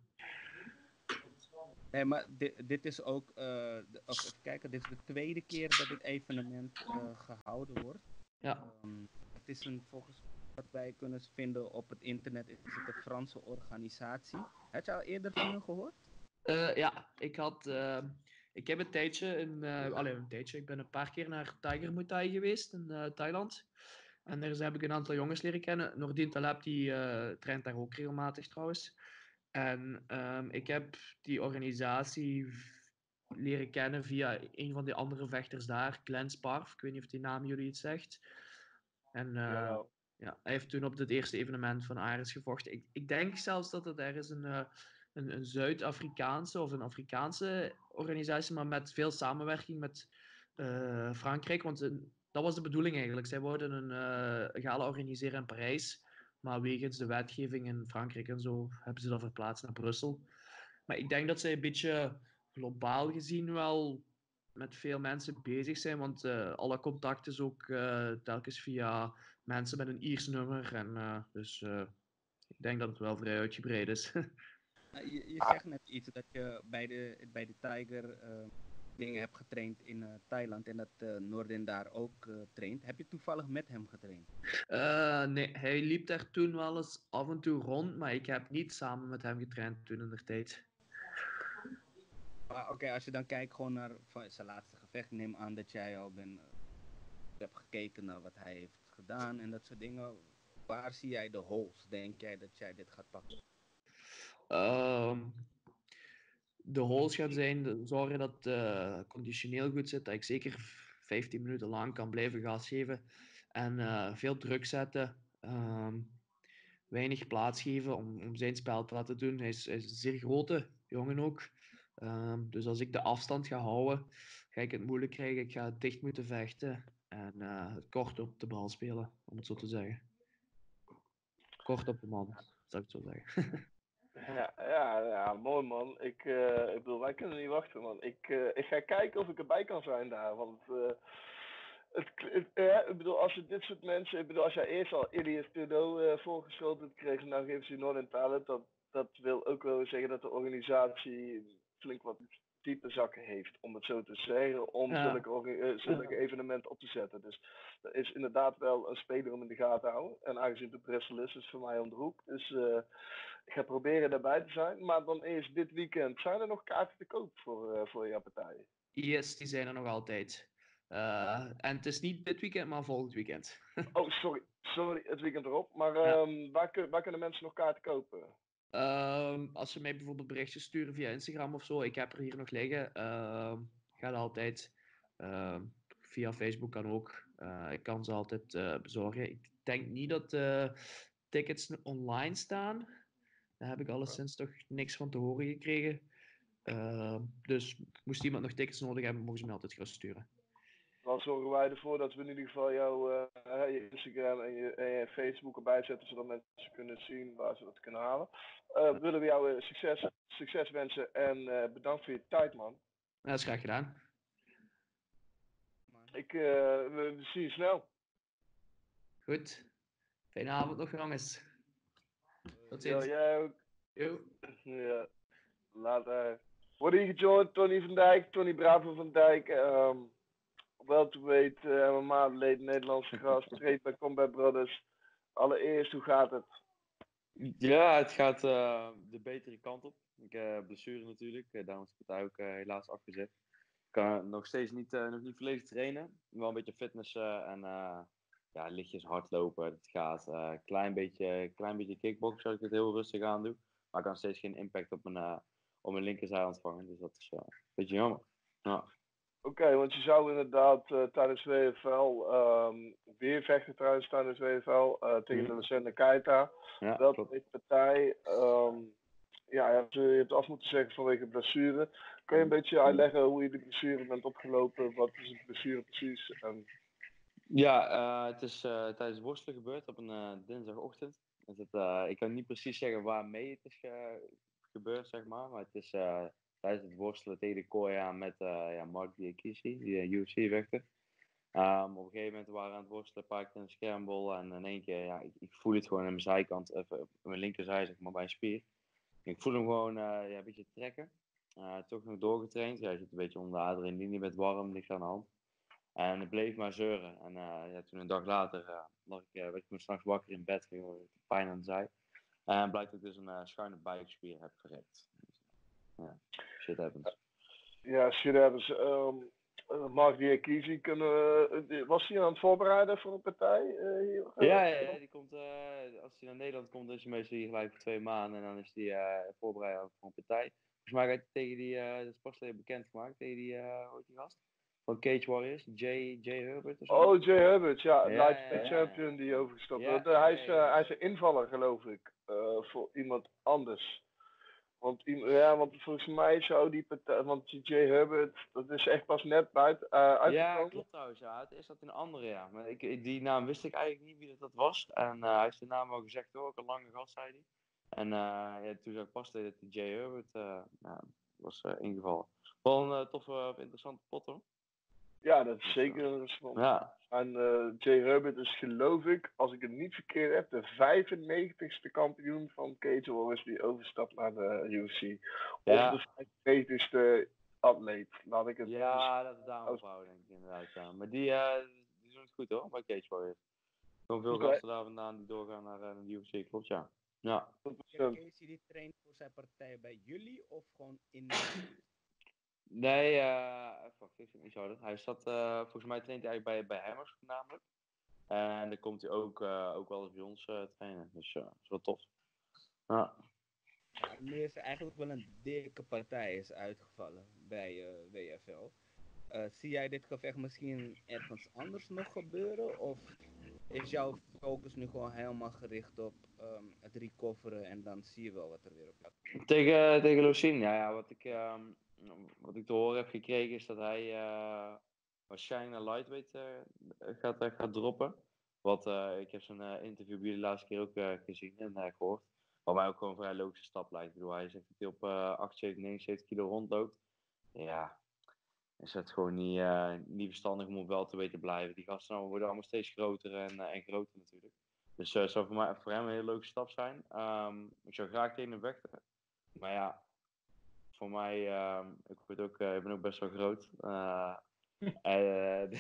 Nee, maar dit, dit is ook, uh, de, of even kijken, dit is de tweede keer dat dit evenement uh, gehouden wordt. Ja. Um, het is een, volgens wat wij kunnen vinden op het internet, is het een Franse organisatie. Had je al eerder van hun gehoord? Uh, ja, ik had, uh, ik heb een tijdje, in, uh, alleen een tijdje, ik ben een paar keer naar Tiger Muay Thai geweest in uh, Thailand. En daar heb ik een aantal jongens leren kennen. Nordin Taleb, die uh, traint daar ook regelmatig trouwens. En um, ik heb die organisatie leren kennen via een van de andere vechters daar, Glenn Sparf. Ik weet niet of die naam jullie iets zegt. En uh, ja, hij heeft toen op het eerste evenement van Ares gevochten. Ik, ik denk zelfs dat het er is een, uh, een, een Zuid-Afrikaanse of een Afrikaanse organisatie, maar met veel samenwerking met uh, Frankrijk. Want uh, dat was de bedoeling eigenlijk. Zij wouden een uh, gala organiseren in Parijs. Maar wegens de wetgeving in Frankrijk en zo hebben ze dat verplaatst naar Brussel. Maar ik denk dat zij een beetje globaal gezien wel met veel mensen bezig zijn, want uh, alle contact is ook uh, telkens via mensen met een Iers nummer. En, uh, dus uh, ik denk dat het wel vrij uitgebreid is. je, je zegt net iets dat je bij de, bij de Tiger uh, dingen hebt getraind in uh, Thailand en dat uh, Nordin daar ook uh, traint. Heb je toevallig met hem getraind? Uh, nee, hij liep daar toen wel eens af en toe rond, maar ik heb niet samen met hem getraind toen in de tijd. Oké, okay, als je dan kijkt gewoon naar van zijn laatste gevecht, neem aan dat jij al bent, uh, hebt gekeken naar wat hij heeft gedaan en dat soort dingen. Waar zie jij de holes? Denk jij dat jij dit gaat pakken? Uh, de holes gaan zijn, zorgen dat het uh, conditioneel goed zit, dat ik zeker vijftien minuten lang kan blijven gas geven en uh, veel druk zetten. Uh, weinig plaats geven om, om zijn spel te laten doen. Hij is, hij is een zeer grote jongen ook. Um, dus als ik de afstand ga houden, ga ik het moeilijk krijgen. Ik ga dicht moeten vechten en uh, kort op de bal spelen, om het zo te zeggen. Kort op de man, zou ik het zo zeggen. Ja, ja, ja, mooi man. Ik, uh, ik bedoel, wij kunnen niet wachten man. Ik, uh, ik ga kijken of ik erbij kan zijn daar. Want uh, het, het, uh, ik bedoel, als je dit soort mensen, ik bedoel, als jij eerst al Ilias Trudeau uh, voorgeschoteld kreeg en dan geven ze Northern Talent, dat, dat wil ook wel zeggen dat de organisatie flink wat diepe zakken heeft, om het zo te zeggen, om ja. zulke, uh, zulke evenementen op te zetten. Dus dat is inderdaad wel een speler om in de gaten te houden. En aangezien het Brussel is, is het voor mij om de hoek. Dus uh, ik ga proberen daarbij te zijn. Maar dan eerst dit weekend. Zijn er nog kaarten te koop voor, uh, voor jouw partij? Yes, die zijn er nog altijd. Uh, en het is niet dit weekend, maar volgend weekend. Oh, sorry. Sorry, het weekend erop. Maar um, ja. waar, waar kunnen mensen nog kaarten kopen? Um, als ze mij bijvoorbeeld berichtjes sturen via Instagram of zo, ik heb er hier nog liggen. Uh, ga dat altijd. Uh, via Facebook kan ook. Uh, ik kan ze altijd uh, bezorgen. Ik denk niet dat de tickets online staan. Daar heb ik alleszins toch niks van te horen gekregen. Uh, dus moest iemand nog tickets nodig hebben, mogen ze me altijd gaan sturen. Dan zorgen wij ervoor dat we in ieder geval jouw uh, je Instagram en je, en je Facebook erbij zetten, zodat mensen kunnen zien waar ze dat kunnen halen. Uh, willen we jou uh, succes, succes wensen en uh, bedankt voor je tijd, man. Dat is graag gedaan. Ik, uh, we zien je snel. Goed. Fijne avond nog, jongens. Tot ziens. ziens. Ja, jij ook. Jo. Ja, later. Worden hier gejoind, Tony van Dijk, Tony Bravo van Dijk. Um, wel te weten, uh, M M A-leden, Nederlandse gast, trade bij Combat Brothers. Allereerst, hoe gaat het? Ja, het gaat uh, de betere kant op. Ik heb uh, blessure natuurlijk, uh, daarom is de partij ook uh, helaas afgezet. Ik kan nog steeds niet, uh, nog niet volledig trainen. Wel een beetje fitnessen en uh, ja, lichtjes hardlopen. Het gaat een uh, klein beetje, klein beetje kickboxen als ik het heel rustig aan doe. Maar ik kan steeds geen impact op mijn, uh, op mijn linkerzij ontvangen. Dus dat is uh, een beetje jammer. Ja. Oké, okay, want je zou inderdaad uh, tijdens W F L um, weer vechten trouwens tijdens W F L uh, tegen de Lucerne Keita. Ja, wel de partij. Um, ja, je hebt, je hebt af moeten zeggen vanwege blessure. Kun je een beetje uitleggen hoe je de blessure bent opgelopen? Wat is de blessure precies? Um... Ja, uh, het is uh, tijdens worstelen gebeurd op een uh, dinsdagochtend. Dus het, uh, ik kan niet precies zeggen waarmee het is ge- gebeurd, zeg maar. Maar het is uh, tijdens het worstelen tegen de kooi aan met uh, ja, Mark Diakisi, die uh, U F C-vechter. Um, op een gegeven moment waren we aan het worstelen, een paar keer een schermbol. En in één keer, ja, ik, ik voel het gewoon aan mijn zijkant, even op mijn linkerzij, zeg maar, bij een spier. Ik voel hem gewoon uh, ja, een beetje trekken. Uh, toch nog doorgetraind. Ja, je zit een beetje onder de adrenaline, met warm, niks aan de hand. En het bleef maar zeuren. En uh, ja, toen een dag later uh, lag ik, uh, werd ik me s'nachts wakker in bed, ging pijn aan de zij. En blijkt dat ik dus een uh, schuine buikspier heb gerekt. Dus, uh, ja, shit happens. Ja, shit happens. Um, uh, Mark Diakisi, kunnen uh, was hij aan het voorbereiden voor een partij uh, hier? Ja, ja, ja, die komt, uh, als hij naar Nederland komt, is hij meestal hier gelijk voor twee maanden. En dan is hij uh, voorbereid voor een partij. Volgens mij gaat hij tegen die, uh, dat is pas geleden bekendgemaakt, tegen die, uh, hoe heet die gast? Van Cage Warriors, Jay, Jay Herbert of zo. Oh, Jay Herbert, ja, ja, lightweight ja, ja, champion ja. die overgestapt wordt. Ja, hij, is, ja, uh, ja. hij is een invaller, geloof ik, uh, voor iemand anders. Want, ja, want volgens mij zou die partij, want Jay Herbert, dat is echt pas net buiten uh, uitgekomen. Ja, klopt trouwens, ja. Het is dat een andere, ja. Maar ik, die naam wist ik eigenlijk niet wie dat, dat was. En uh, hij heeft de naam al gezegd hoor, ook een lange gast, zei hij. En uh, ja, toen zag ik pas dat die Jay Herbert uh, nou, was uh, ingevallen. Wel een uh, toffe, uh, interessante pot hoor. Ja, dat is dus, zeker een respons. Ja. En uh, Jay Herbert is geloof ik, als ik het niet verkeerd heb, de vijfennegentigste kampioen van Cage Warriors die overstapt naar de U F C. Ja. Of de vijfennegentigste atleet, laat ik het Ja, dat is daarom vrouw denk ik inderdaad. Ja. Maar die, uh, die doen het goed hoor, bij Cage Warriors. Er komen veel okay. gasten daar vandaan die doorgaan naar uh, de U F C, klopt ja. Ja. Casey die traint voor zijn partij bij jullie of gewoon in Nee, uh, fuck, ik niet zo. Hij zat, uh, volgens mij traint hij eigenlijk bij, bij Hammers namelijk. En dan komt hij ook, uh, ook wel eens bij ons uh, trainen. Dus uh, dat is wel tof. Ja. Nu is er eigenlijk wel een dikke partij is uitgevallen bij uh, W F L. Uh, zie jij dit gevecht misschien ergens anders nog gebeuren? Of is jouw focus nu gewoon helemaal gericht op um, het recoveren en dan zie je wel wat er weer op gaat? Tegen, tegen Lucien, ja, ja wat, ik, um, wat ik te horen heb gekregen is dat hij uh, waarschijnlijk naar lightweight uh, gaat, uh, gaat droppen. Wat, uh, ik heb zijn uh, interview bij de laatste keer ook uh, gezien en uh, gehoord. Wat mij ook gewoon een vrij logische stap lijkt. Ik bedoel, hij zegt dat hij op uh, achtenzeventig, negenenzeventig kilo rondloopt. Ja, is het gewoon niet, uh, niet verstandig om op wel te weten blijven. Die gasten nou, worden allemaal steeds groter en, uh, en groter natuurlijk. Dus het uh, zou voor, mij, voor hem een hele leuke stap zijn. Um, ik zou graag tegen hem vechten. Maar ja, voor mij, uh, ik, word ook, uh, ik ben ook best wel groot. Uh, uh,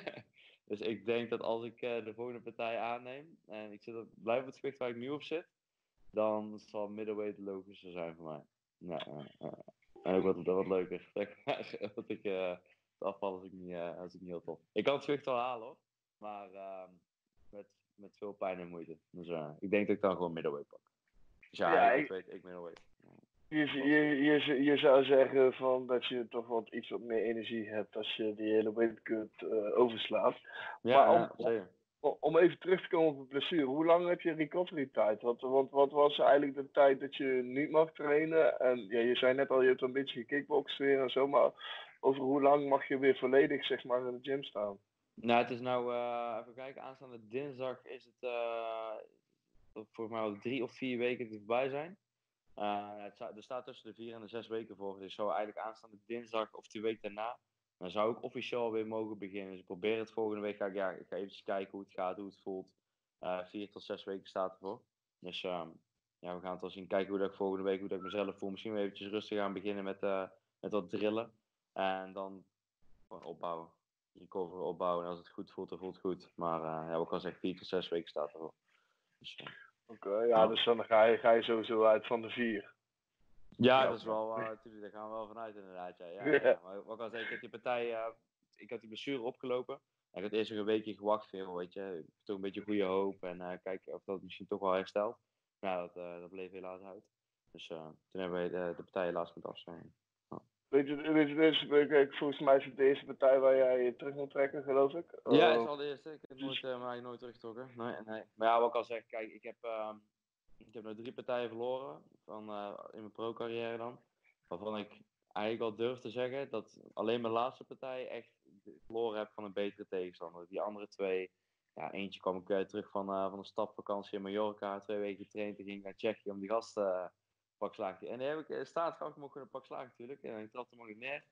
dus ik denk dat als ik uh, de volgende partij aanneem en ik zit op, blijf op het gewicht waar ik nu op zit, dan zal middleweight het logischer zijn voor mij. Ja, uh, uh. En ook wat, wat leuker. Dat ik uh, het afval als ik niet, uh, als ik niet heel tof. Ik kan het gewicht wel halen hoor, maar uh, met, met veel pijn en moeite. Dus uh, ik denk dat ik dan gewoon middleweight pak. Dus ja, ja ik ik... weet, ik middleweight. Je, je, je, je zou zeggen van dat je toch wat iets wat meer energie hebt als je die hele weightcut uh, overslaat. Ja, maar om, ja, zeker. Om, om even terug te komen op een blessure, hoe lang heb je recovery tijd? Want, want wat was eigenlijk de tijd dat je niet mag trainen? En ja, je zei net al, je hebt een beetje gekickboxd weer en zo, maar over hoe lang mag je weer volledig zeg maar in de gym staan? Nou, het is nou, uh, even kijken, aanstaande dinsdag is het uh, volgens mij al drie of vier weken die voorbij zijn. Uh, het sta, er staat tussen de vier en de zes weken voor. Dus zou eigenlijk aanstaande dinsdag of die week daarna, dan zou ik officieel weer mogen beginnen. Dus ik probeer het volgende week. Ga ik, ja, ik ga even kijken hoe het gaat, hoe het voelt. Uh, vier tot zes weken staat ervoor. Dus um, ja, we gaan het wel zien. Kijken hoe dat ik volgende week, hoe dat ik mezelf voel. Misschien weer eventjes rustig aan beginnen met, uh, met wat drillen. En dan opbouwen. Recover opbouwen. En als het goed voelt, dan voelt het goed. Maar uh, ja, wat ik al zeg, vier tot zes weken staat ervoor. Dus, uh, Oké, okay, ja, dus dan ga je, ga je sowieso uit van de vier. Ja, ja, dat is wel, uh, natuurlijk, daar gaan we wel vanuit inderdaad. Ja. Ja, ja, ja. Maar wat ik al zei, ik heb die partij, uh, ik had die blessure opgelopen. En ik had eerst nog een weekje gewacht, veel, weet je. Toch een beetje goede hoop en uh, kijken of dat misschien toch wel herstelt. Nou, dat, uh, dat bleef helaas uit. Dus uh, toen hebben we de, de partij helaas moeten afzeggen. Ja. Weet je, weet je, deze, volgens mij is het de eerste partij waar jij je terug moet trekken, geloof ik. Ja, het is al de eerste. Ik heb nooit, uh, mij nooit teruggetrokken. Nee, nee. Maar ja, wat ik al zeg, kijk, ik heb... Uh, Ik heb nu drie partijen verloren van, uh, in mijn pro-carrière dan. Waarvan ik eigenlijk al durf te zeggen dat alleen mijn laatste partij echt verloren heb van een betere tegenstander. Die andere twee, ja, eentje kwam ik uh, terug van, uh, van een stapvakantie in Mallorca. Twee weken getraind en ging ik naar Tsjechië om die gasten uh, pak slaag. En die heb ik uh, staat gaf ik hem ook een pak slaag natuurlijk. En ik trapte hem ook niet neer.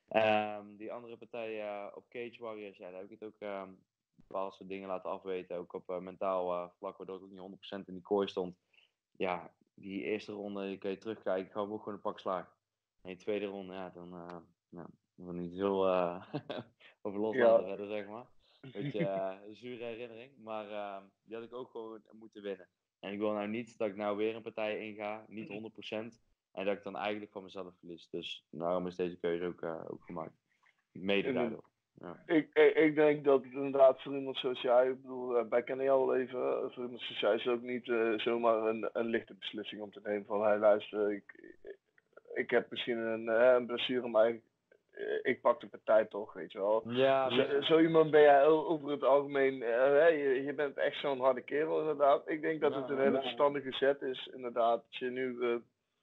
Um, die andere partij uh, op Cage Warriors, ja, daar heb ik het ook um, bepaalde soort dingen laten afweten. Ook op uh, mentaal uh, vlak, waardoor ik ook niet honderd procent in die kooi stond. Ja, die eerste ronde kun je terugkijken, gaf ook gewoon een pak slaag. En die tweede ronde, ja, dan uh, nou, dan niet heel uh, over loslaten ja. verder, zeg maar. Beetje uh, een zure herinnering, maar uh, die had ik ook gewoon moeten winnen. En ik wil nou niet dat ik nou weer een partij inga, niet honderd procent, en dat ik dan eigenlijk van mezelf verlies. Dus daarom is deze keuze ook, uh, ook gemaakt. Mede daardoor. Ja. Ik, ik, ik denk dat het inderdaad voor iemand zoals jij, ik bedoel, wij kennen je al even, voor iemand zoals jij is het ook niet uh, zomaar een, een lichte beslissing om te nemen van, hey luister, ik, ik heb misschien een, een blessure, maar ik, ik pak de partij toch, weet je wel. Ja, zo, ja. zo iemand ben jij over het algemeen, uh, je, je bent echt zo'n harde kerel inderdaad. Ik denk dat ja, het een hele verstandige zet is, inderdaad, dat je nu uh,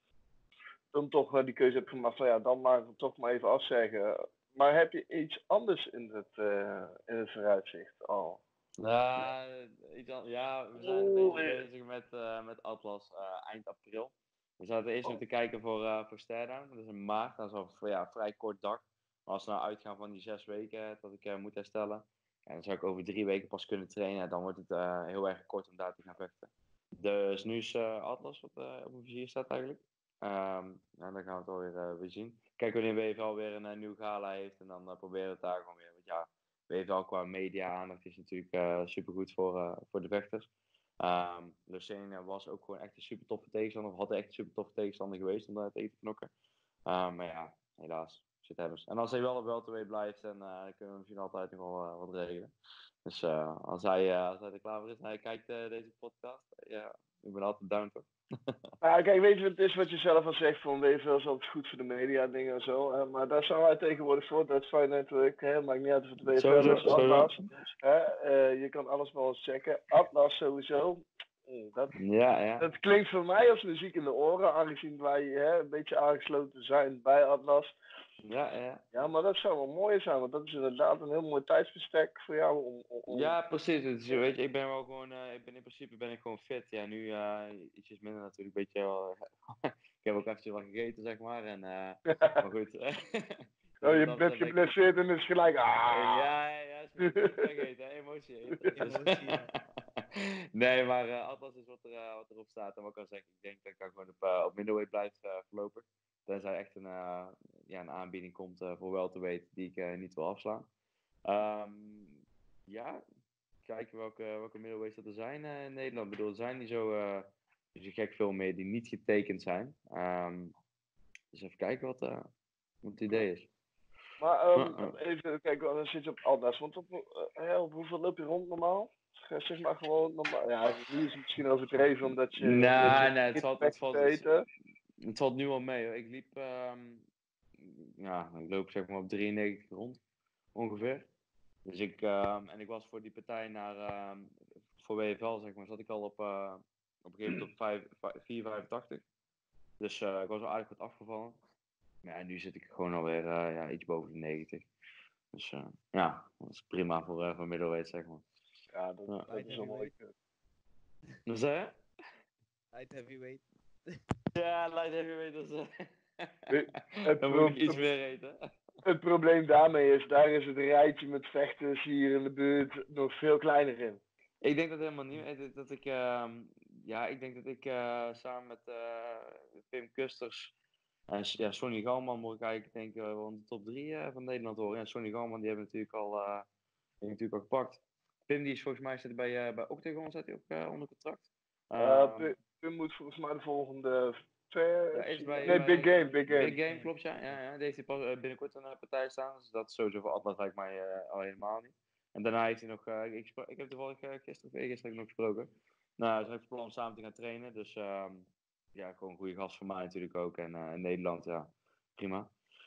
dan toch uh, die keuze hebt gemaakt van ja, dan maar toch maar even afzeggen. Maar heb je iets anders in het, uh, in het vooruitzicht al? Ja, ja, we zijn een beetje bezig met, uh, met Atlas uh, eind april. We zaten eerst nog te kijken voor, uh, voor Stare-Down. Dat is in maart, dat is al ja, vrij kort dag. Maar als we nou uitgaan van die zes weken dat ik uh, moet herstellen, ja, dan zou ik over drie weken pas kunnen trainen. Dan wordt het uh, heel erg kort om daar te gaan vechten. Dus nu is uh, Atlas wat uh, op mijn vizier staat eigenlijk. Um, en dan gaan we het alweer uh, weer zien. Kijk wanneer W F L weer een uh, nieuw gala heeft en dan uh, proberen we het daar gewoon weer. Want ja, W F L qua media-aandacht is natuurlijk uh, supergoed voor, uh, voor de vechters. Um, Lucene was ook gewoon echt een super toffe tegenstander. Of had echt een super toffe tegenstander geweest om daar tegen te knokken. Um, maar ja, helaas. Zit hebbers. En als hij wel op welterweight blijft, dan uh, kunnen we misschien altijd nog wel uh, wat regelen. Dus uh, als, hij, uh, als hij er klaar voor is en hij kijkt uh, deze podcast, ja, uh, ik ben altijd down toch. Ja, kijk, weet je wat het is wat je zelf al zegt van W F L is altijd goed voor de media dingen en zo. Hè? Maar daar zijn wij tegenwoordig voor. Dat is fijn netwerk. Hè? Maakt niet uit of het W F L is of Atlas. Hè? Uh, je kan alles wel eens checken. Atlas sowieso. Dat, ja, ja. dat klinkt voor mij als muziek in de oren, aangezien wij hè, een beetje aangesloten zijn bij Atlas. Ja, ja. Ja, maar dat zou wel mooi zijn, want dat is inderdaad een heel mooi tijdsbestek voor jou om... om, om... Ja, precies. Dus, weet je, ik ben wel gewoon, uh, ik ben in principe ben ik gewoon fit. Ja, nu uh, ietsjes minder natuurlijk, een beetje wel. Ik heb ook eventjes wat gegeten, zeg maar. En, uh, maar goed. Dus oh, je dat, bent dat geblesseerd en is gelijk... Ah. Ja, ja, ja, is niet vergeten, hè? Emotie. Emotie, ja. Nee, maar uh, Atlas is wat, er, uh, wat erop staat. En wat ik kan zeggen, ik denk dat ik kan gewoon op, uh, op middleweight blijf uh, voorlopig. Tenzij echt een, uh, ja, een aanbieding komt uh, voor welterweight die ik uh, niet wil afslaan. Um, ja, kijken welke, welke middleweights dat er zijn uh, in Nederland. Ik bedoel, er zijn niet zo, uh, zo gek veel meer die niet getekend zijn. Um, dus even kijken wat, uh, wat het idee is. Maar um, uh, uh. even kijken, dan zit je op Atlas. Want op, uh, op hoeveel loop je rond normaal? Zeg maar gewoon normaal. Ja, nu is het misschien overdreven omdat je. Nou, nee, het valt, het, valt, het, eten. het valt nu al mee. Hoor. Ik liep, um, ja, ik loop zeg maar op drieënnegentig rond, ongeveer. Dus ik, um, en ik was voor die partij naar, um, voor W F L zeg maar, zat ik al op, uh, op een gegeven moment op vier vijfentachtig. Dus uh, ik was al aardig wat afgevallen. Ja, en nu zit ik gewoon alweer uh, ja, iets boven de negentig. Dus uh, ja, dat is prima voor, uh, voor middleweight zeg maar. Ja, dat, ja. dat is wel mooi. Wat zei je? Light heavyweight. Ja, light heavyweight, dat is... het dan moet ik iets meer eten. Het probleem daarmee is, daar is het rijtje met vechters hier in de buurt nog veel kleiner in. Ik denk dat helemaal niet. Dat ik, uh, ja, ik denk dat ik uh, samen met uh, Pim Kusters en ja, Sonny Galman moet ik eigenlijk denk ik wel in de top drie uh, van Nederland horen. En Sonny Galman die hebben natuurlijk al, uh, die natuurlijk al gepakt. Pim die is volgens mij zit bij, uh, bij Octagon, zit hij ook uh, onder contract. Um, uh, Pim, Pim moet volgens mij de volgende ver... Ja, is bij, nee, bij, Big Game, Big Game. Big Game, klopt ja. ja, ja. Die heeft hij pas uh, binnenkort een uh, partij staan. Dus dat is sowieso voor Atlas lijkt mij uh, al helemaal niet. En daarna heeft hij nog, uh, ik, spro- ik heb toevallig uh, gisteren of eergisteren nog gesproken. Nou, ze heeft plan om samen te gaan trainen. Dus um, ja, gewoon een goede gast voor mij natuurlijk ook. En uh, in Nederland, ja, prima.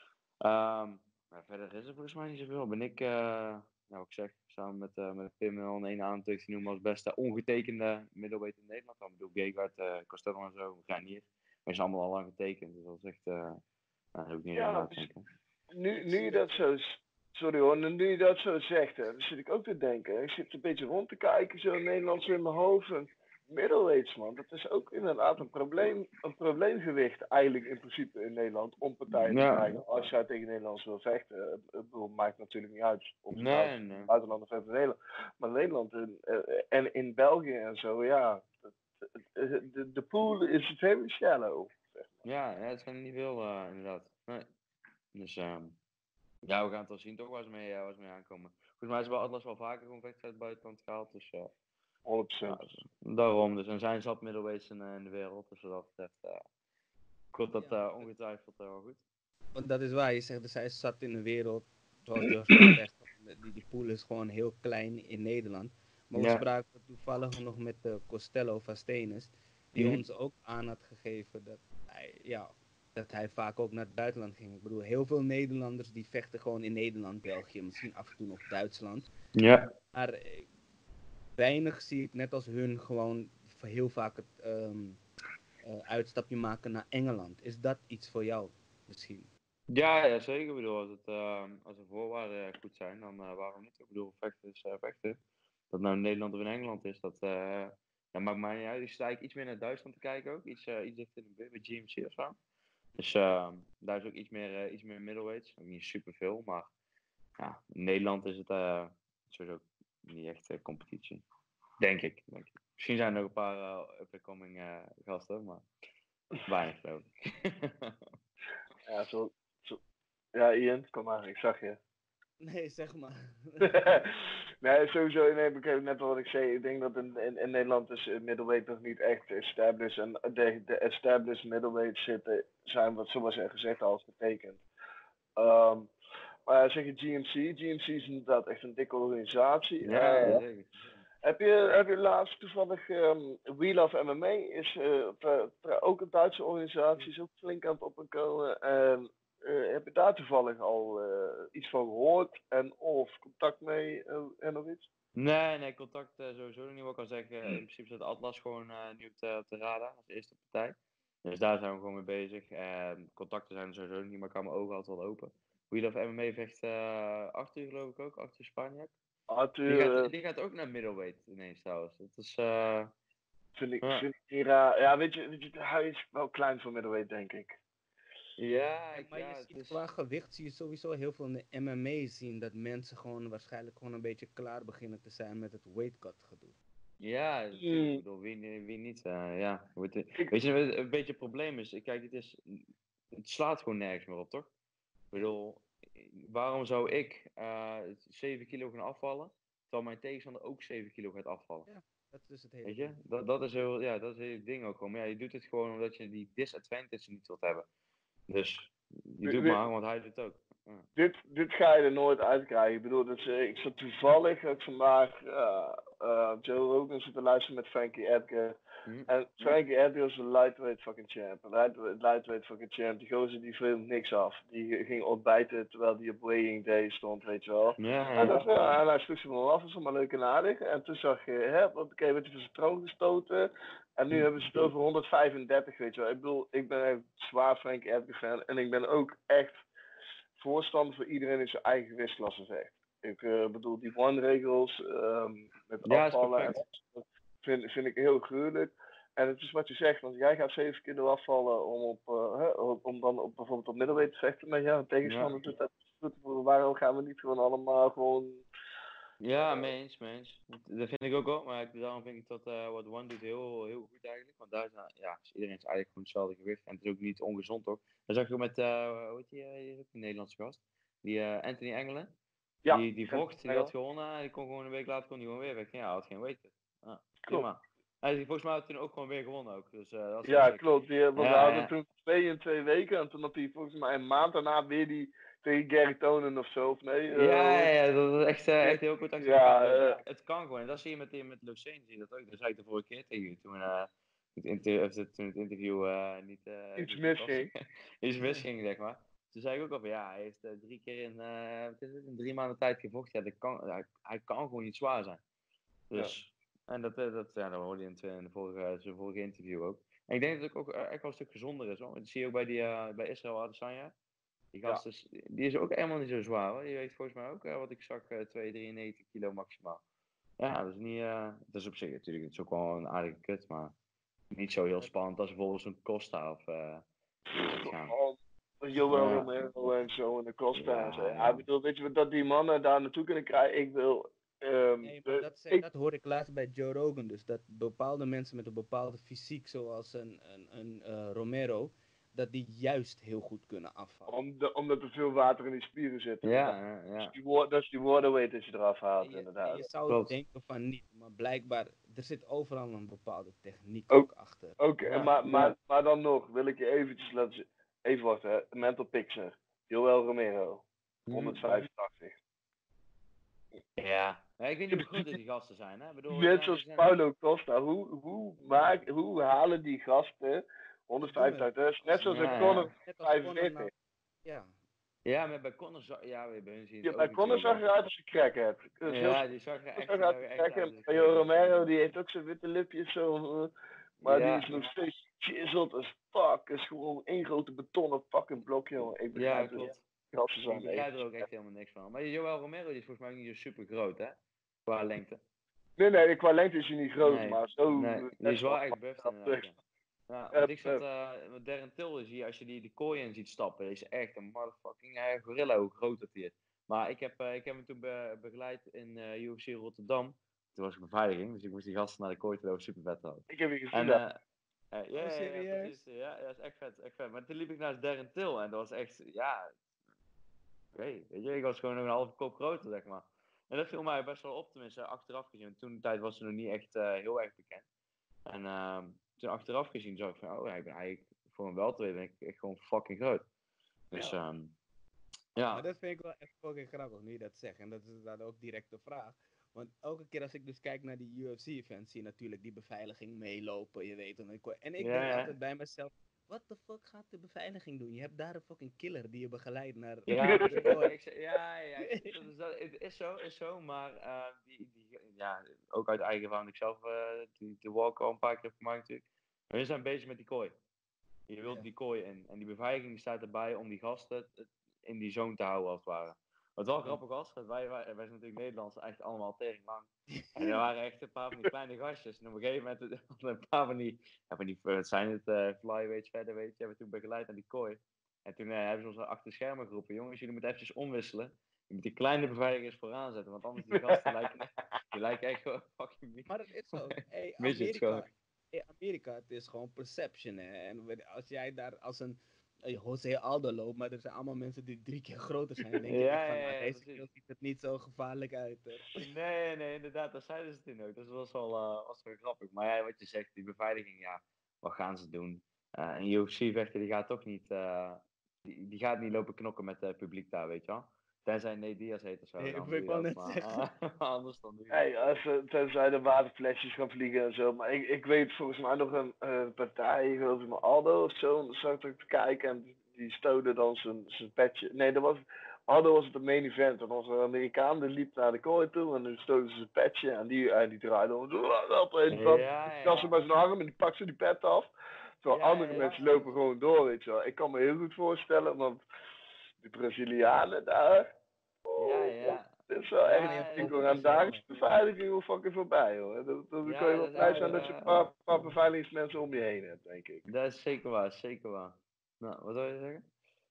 Um, maar verder is er volgens mij niet zoveel. Ben ik, uh, nou wat ik zeg, samen met, uh, met Pim al een aantal te noemen als beste ongetekende middleweight in Nederland. Dan bedoel Gegard, uh, Costello en zo, Granier. We zijn allemaal al lang getekend, dus dat is echt, uh, nou, dat heb ik niet ja, aan nadenken. Nu, nu je dat zo, sorry hoor, nu je dat zo zegt, hè, dan zit ik ook te denken. Ik zit een beetje rond te kijken, zo Nederlands in mijn hoofd. En middleweights, man, dat is ook inderdaad een probleem, een probleemgewicht eigenlijk in principe in Nederland om partijen te ja. krijgen. Als jij tegen Nederlands wil vechten, het maakt natuurlijk niet uit of je nee, nou nee. buitenland of in Nederland. Maar Nederland en, en in België en zo, ja, de, de, de pool is very shallow. Zeg maar. Ja, ja, het zijn niet veel uh, inderdaad. Nee. Dus um, ja, we gaan het wel zien toch waar ze mee, uh, waar ze mee aankomen. Volgens mij is bij Atlas wel vaker gewoon vechten uit het buitenland gehaald. Dus uh, honderd procent. Ja, dus, daarom, dus er zijn zat middleweights in, uh, in de wereld. Dus wat dat betreft uh, komt dat uh, ongetwijfeld uh, wel goed. Want dat is waar, je zegt, er zijn zat in de wereld. Zoals Joshua zegt, die, die pool is gewoon heel klein in Nederland. Maar we ja. spraken toevallig nog met uh, Costello Vastenus, die mm-hmm. ons ook aan had gegeven dat hij, ja, dat hij vaak ook naar het buitenland ging. Ik bedoel, heel veel Nederlanders die vechten gewoon in Nederland, België, misschien af en toe nog Duitsland. Ja. Maar eh, weinig zie ik net als hun gewoon heel vaak het um, uh, uitstapje maken naar Engeland. Is dat iets voor jou misschien? Ja, ja, zeker. Ik bedoel, als, het, uh, als de voorwaarden goed zijn, dan uh, waarom niet? Ik bedoel, vechten is uh, vechten. Dat nou in Nederland of in Engeland is, dat, uh, dat maakt mij niet uit. Ik sta eigenlijk iets meer naar Duitsland te kijken ook. Iets, uh, iets dichter in de buurt, bij G M C of zo. Dus uh, daar is ook iets meer, uh, iets meer middleweights. Ook niet superveel, maar ja, in Nederland is het uh, sowieso niet echt uh, competitie. Denk ik, denk ik. Misschien zijn er nog een paar uh, up-and-coming uh, gasten, maar weinig geloof ik. Ja, zo, zo. Ja, Ian, kom maar, ik zag je. Nee, zeg maar. Nee, sowieso, nee, ik heb net al wat ik zei. Ik denk dat in, in, in Nederland is middleweight nog niet echt established. En de, de established middleweight zitten zijn, wat zoals er gezegd al getekend. Um, maar zeg je G M C? G M C is inderdaad echt een dikke organisatie. Ja, uh, ja zeker. Heb je, heb je laatst toevallig um, We Love M M A is uh, tra, tra, ook een Duitse organisatie, is ook flink aan het op en komen. En uh, heb je daar toevallig al uh, iets van gehoord en of contact mee uh, en nog iets? Nee, nee, contact uh, sowieso nog niet. Wat ik al zeggen, in principe zit Atlas gewoon uh, nu op de, op de radar als eerste partij. Dus daar zijn we gewoon mee bezig. En contacten zijn er sowieso niet, maar ik kan mijn ogen altijd wel open. Wheel of M M A vecht uh, Arthur geloof ik ook, Arthur Spaniak. Arthur, die, gaat, uh, die gaat ook naar middleweight ineens trouwens. Dat is... Uh, vind ik, ja. vind ik niet raar. Ja, weet je, weet je, hij is wel klein voor middleweight, denk ik. Ja, ja, maar ja, je het ziet is... qua gewicht zie je sowieso heel veel in de M M A zien dat mensen gewoon waarschijnlijk gewoon een beetje klaar beginnen te zijn met het weight cut gedoe. Ja, natuurlijk. Hmm. Ik bedoel, wie, wie niet? Uh, ja. Weet je, een beetje het probleem is, kijk, het is, het slaat gewoon nergens meer op, toch? Ik bedoel, waarom zou ik uh, zeven kilo gaan afvallen, terwijl mijn tegenstander ook zeven kilo gaat afvallen? Ja, dat is het hele Weet je? ding. Dat, dat is heel, ja, dat is het hele ding ook gewoon. Maar ja, je doet het gewoon omdat je die disadvantage niet wilt hebben. Dus, je doet maar, want hij doet het ook. Ja. Dit, dit ga je er nooit uitkrijgen. Ik bedoel, dat is, ik zat toevallig ook vandaag uh, uh, Joe Rogan zitten luisteren met Frankie Edgar. Mm. En Frankie Edgar is een lightweight fucking champ. Een lightweight, lightweight fucking champ. Die gozer die filmt niks af. Die ging ontbijten terwijl die op weighing day stond, weet je wel. Ja, en, dat, uh, en hij sloeg ze maar af, dat is allemaal leuk en aardig. En toen zag je, hè, oké, okay, werd hij van zijn troon gestoten. En nu hebben ze het over honderdvijfendertig, weet je wel. Ik bedoel, ik ben echt zwaar Frankie Edgar fan. En ik ben ook echt voorstander voor iedereen in zijn eigen gewichtsklasse vecht. Ik uh, bedoel, die one-regels um, met ja, afvallen, en vind, vind ik heel gruwelijk. En het is wat je zegt, want jij gaat zeven kilo afvallen om, op, uh, om dan op, bijvoorbeeld op middelweight te vechten. Maar ja, een tegenstander doet dat. Waarom gaan we niet gewoon allemaal gewoon... Ja, mee eens, mee eens. Dat vind ik ook wel, maar daarom vind ik dat uh, wat One doet heel, heel goed eigenlijk. Want daar is, ja, is iedereen is eigenlijk gewoon hetzelfde gewicht en het is ook niet ongezond ook. Dat zag je ook met, uh, hoe heet die, uh, die Nederlandse gast? Die uh, Anthony Engelen. Ja, die, die vocht, die had gewonnen en die kon gewoon een week later kon die gewoon weer weg. Ja, hij had geen weight. Ah, prima. Hij, volgens mij had hij toen ook gewoon weer gewonnen ook. Dus, uh, dat ja, sick. klopt. Die, want ja, we hadden ja. toen twee in twee weken en toen had hij volgens mij een maand daarna weer die tegen Gary Tonen of zo. Of nee, uh, ja, ja, dat is echt, uh, echt heel goed. Ja, ja, dus, uh, het kan gewoon. En dat zie je met, met Lucene, zie je dat ook. Dat zei ik de vorige keer tegen je. Toen, uh, het, inter toen het interview uh, niet... Uh, iets misging. Iets misging, zeg maar. Toen zei ik ook al van, ja, hij heeft uh, drie keer in, uh, wat is het, in drie maanden tijd gevochten. Ja, dat kan, hij, hij kan gewoon niet zwaar zijn. Dus, ja. En dat, dat, ja, dat hoorde je in, in de vorige, zijn vorige interview ook. En ik denk dat het ook uh, echt wel een stuk gezonder is, hoor. Dat zie je ook bij, die, uh, bij Israël Adesanya. Die gast ja. is, die is ook helemaal niet zo zwaar, hoor. Die weegt volgens mij ook, uh, wat ik zag, uh, twee drieënnegentig kilo maximaal. Ja, dat is niet, uh, dat is op zich natuurlijk, het is ook wel een aardige kut, maar niet zo heel spannend als bijvoorbeeld zo'n Costa of uh, die ziet gaan. Joel Romero en zo en de Costa. Ja, ja. Ik bedoel, weet je dat die mannen daar naartoe kunnen krijgen? Ik wil... Um, nee, maar dat, zei, ik... dat hoor ik laatst bij Joe Rogan dus. Dat bepaalde mensen met een bepaalde fysiek, zoals een, een, een uh, Romero, dat die juist heel goed kunnen afvallen. Om de, omdat er veel water in die spieren zit. Ja, ja, ja. Dus die, dat is die waterweight dat je eraf haalt, je, inderdaad. Je zou Klopt. denken van niet, maar blijkbaar, er zit overal een bepaalde techniek ook, ook achter. Oké, okay, ja, maar, maar, maar dan nog, wil ik je eventjes laten zien. Even wachten, hè. Mental picture. Joel Romero, honderdvijfentachtig. Ja, ja, ik weet niet hoe groot die gasten zijn. Hè? Ik bedoel, net zijn, zoals zijn... Paulo Costa, hoe, hoe, maak, hoe halen die gasten honderdvijfentachtig? Dus net zoals ja, een Conor ja. vijfenveertig. Ja. Ja, maar bij Conor zag ja, bij hun zien ja, bij Conor zag eruit als een crackhead. Ja, heel die zag er echt, zag zag er echt uit. uit. Joel Romero, die heeft ook zijn witte lipjes zo, uh, maar ja. die is nog steeds chiseled as fuck. Is gewoon één grote betonnen fucking blok, jongen. Ik ja, klopt. Ik begrijp er ook echt helemaal niks van. Maar Joel Romero die is volgens mij niet zo super groot, hè? Qua lengte. Nee, nee, qua lengte is hij niet groot, nee, maar zo... Nee, die is wel echt buff inderdaad, ja. Ja, want ik zat, uh, met Darren Till zie je, als je die, die kooi in ziet stappen, is echt een motherfucking uh, gorilla, hoe groot dat die is. Maar ik heb, uh, ik heb hem toen be begeleid in uh, U F C Rotterdam. Toen was ik beveiliging, dus ik moest die gasten naar de kooi toe, dat was super vet houden. Ik heb je gezien, en, uh, uh, ja, ja, ja, ja, precies. Ja, dat is echt vet, echt vet. Maar toen liep ik naast Darren Till en dat was echt, ja... Oké, okay, weet je, ik was gewoon nog een halve kop groter, zeg maar. En dat viel mij best wel op, tenminste, achteraf gezien. Toen de tijd was ze nog niet echt uh, heel erg bekend. En uh, toen achteraf gezien zag ik van, oh, ik ben eigenlijk voor een welterweight ben ik echt gewoon fucking groot. Dus, ja. Um, ja. Maar dat vind ik wel echt fucking grappig, nu je dat zegt. En dat is dan ook direct de vraag. Want elke keer als ik dus kijk naar die U F C-events, zie je natuurlijk die beveiliging meelopen, je weet. En ik, en ik ja, denk ja. altijd bij mezelf, what the fuck gaat de beveiliging doen? Je hebt daar een fucking killer die je begeleidt naar... Ja, ik, ik, ja, ja, dat is, dat, het is zo, is zo, maar uh, die, die, ja, ook uit eigen van ik zelf uh, die, die walk al een paar keer heb gemaakt natuurlijk. Maar we zijn bezig met die kooi. Je wilt Ja. die kooi in. En die beveiliging die staat erbij om die gasten in die zone te houden, als het ware. Wat wel grappig was, want wij, wij, wij zijn natuurlijk Nederlanders echt allemaal tering lang. En er waren echt een paar van die kleine gastjes. En op een gegeven moment hadden een paar van die, ja, van die wat zijn het, uh, flyweights, featherweights, die hebben toen begeleid naar die kooi. En toen uh, hebben ze ons achter de schermen geroepen, jongens, jullie moeten eventjes omwisselen. Je moet die kleine beveiligers vooraan zetten, want anders die gasten lijken, die lijken echt gewoon fucking... Maar dat is zo. Hey, midgets Amerika, gewoon. hey, Amerika, het is gewoon perception. Hè. En als jij daar als een uh, Jose Aldo loopt, maar er zijn allemaal mensen die drie keer groter zijn, dan denk je Ja, echt van, ja, nou, ja, deze precies. kerel ziet het niet zo gevaarlijk uit. Hè. Nee, nee, inderdaad, dat zeiden ze toen ook. Dat was wel, uh, was wel grappig. Maar ja, wat je zegt, die beveiliging, ja, wat gaan ze doen? Uh, een U F C-vechter, die gaat toch niet, uh, die, die gaat niet lopen knokken met het uh, publiek daar, weet je wel? Tenzij Nate Diaz heet of zo, Nee, dan ik doe je wou dat. net Maar zeggen. uh, anders dan doe je Hey, als ze, tenzij de waterflesjes gaan vliegen en zo. Maar ik, ik weet volgens mij nog een uh, partij, ik geloof ik Aldo of zo. En dan zat ik te kijken en die stoorde dan zijn, zijn petje. Nee, dat was, Aldo was het de main event. Dat was een Amerikaan, die liep naar de kooi toe en toen stoorde ze zijn petje. En die, uh, die draaide om. En Ja, die ja. kassen bij zijn arm en die pakte die pet af. Terwijl Ja, andere ja, mensen ja. lopen gewoon door, weet je wel. Ik kan me heel goed voorstellen, want die Brazilianen daar. Ja, ja. Dat is wel Ja, echt, ik dat wil is aan zo. dagelijks beveiliging wel fucking voorbij hoor. Dan, dan Ja, kun je wel dat is blij echt, zijn dat je een uh, paar, paar beveiligingsmensen om je heen hebt, denk ik. Dat is zeker waar, zeker waar. Nou, wat wil je zeggen?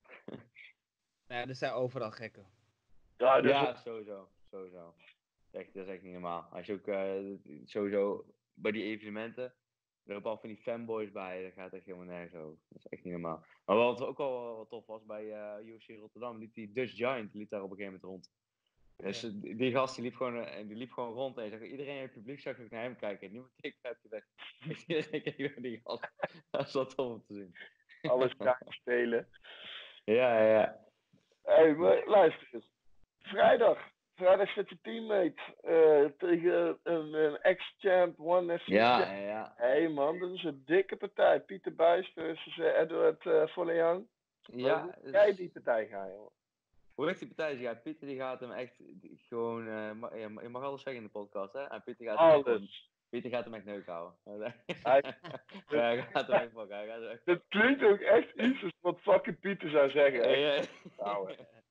Ja, er zijn overal gekken. Ja, dus Ja, sowieso, sowieso. Echt, dat is echt niet normaal. Als je ook uh, sowieso bij die evenementen, er lopen al van die fanboys bij, dat gaat echt helemaal nergens over. Dat is echt niet normaal. Maar wat ook al wat tof was, bij uh, U F C Rotterdam liep die Dutch Giant liep daar op een gegeven moment rond. Dus Ja. die, die gast die liep, gewoon, uh, die liep gewoon rond en zag, iedereen in het publiek zag ook naar hem kijken. Niemand keek naar hem weg. Iedereen keek naar die gast. Dat is wel tof om te zien. alles graag spelen. Ja, ja. Hé, hey, maar luister eens. Vrijdag. Vrijdag zit je teammate uh, tegen een, een ex-champ, One F C. Ja, ja, ja. Hé hey, man, dat is een dikke partij. Pieter Buijs versus uh, Edward uh, Volleang. Ja, Hoe dus... jij die partij gaan, jongen? Hoe echt die partij gaat, Pieter die gaat hem echt gewoon, uh, ma ja, je mag alles zeggen in de podcast, hè? En Pieter gaat hem echt gewoon, Pieter gaat hem echt neuk houden. Hij, ja, hij gaat hem echt pakken. Hij gaat hem echt dat klinkt ook echt iets als wat fucking Pieter zou zeggen. Echt. Ja,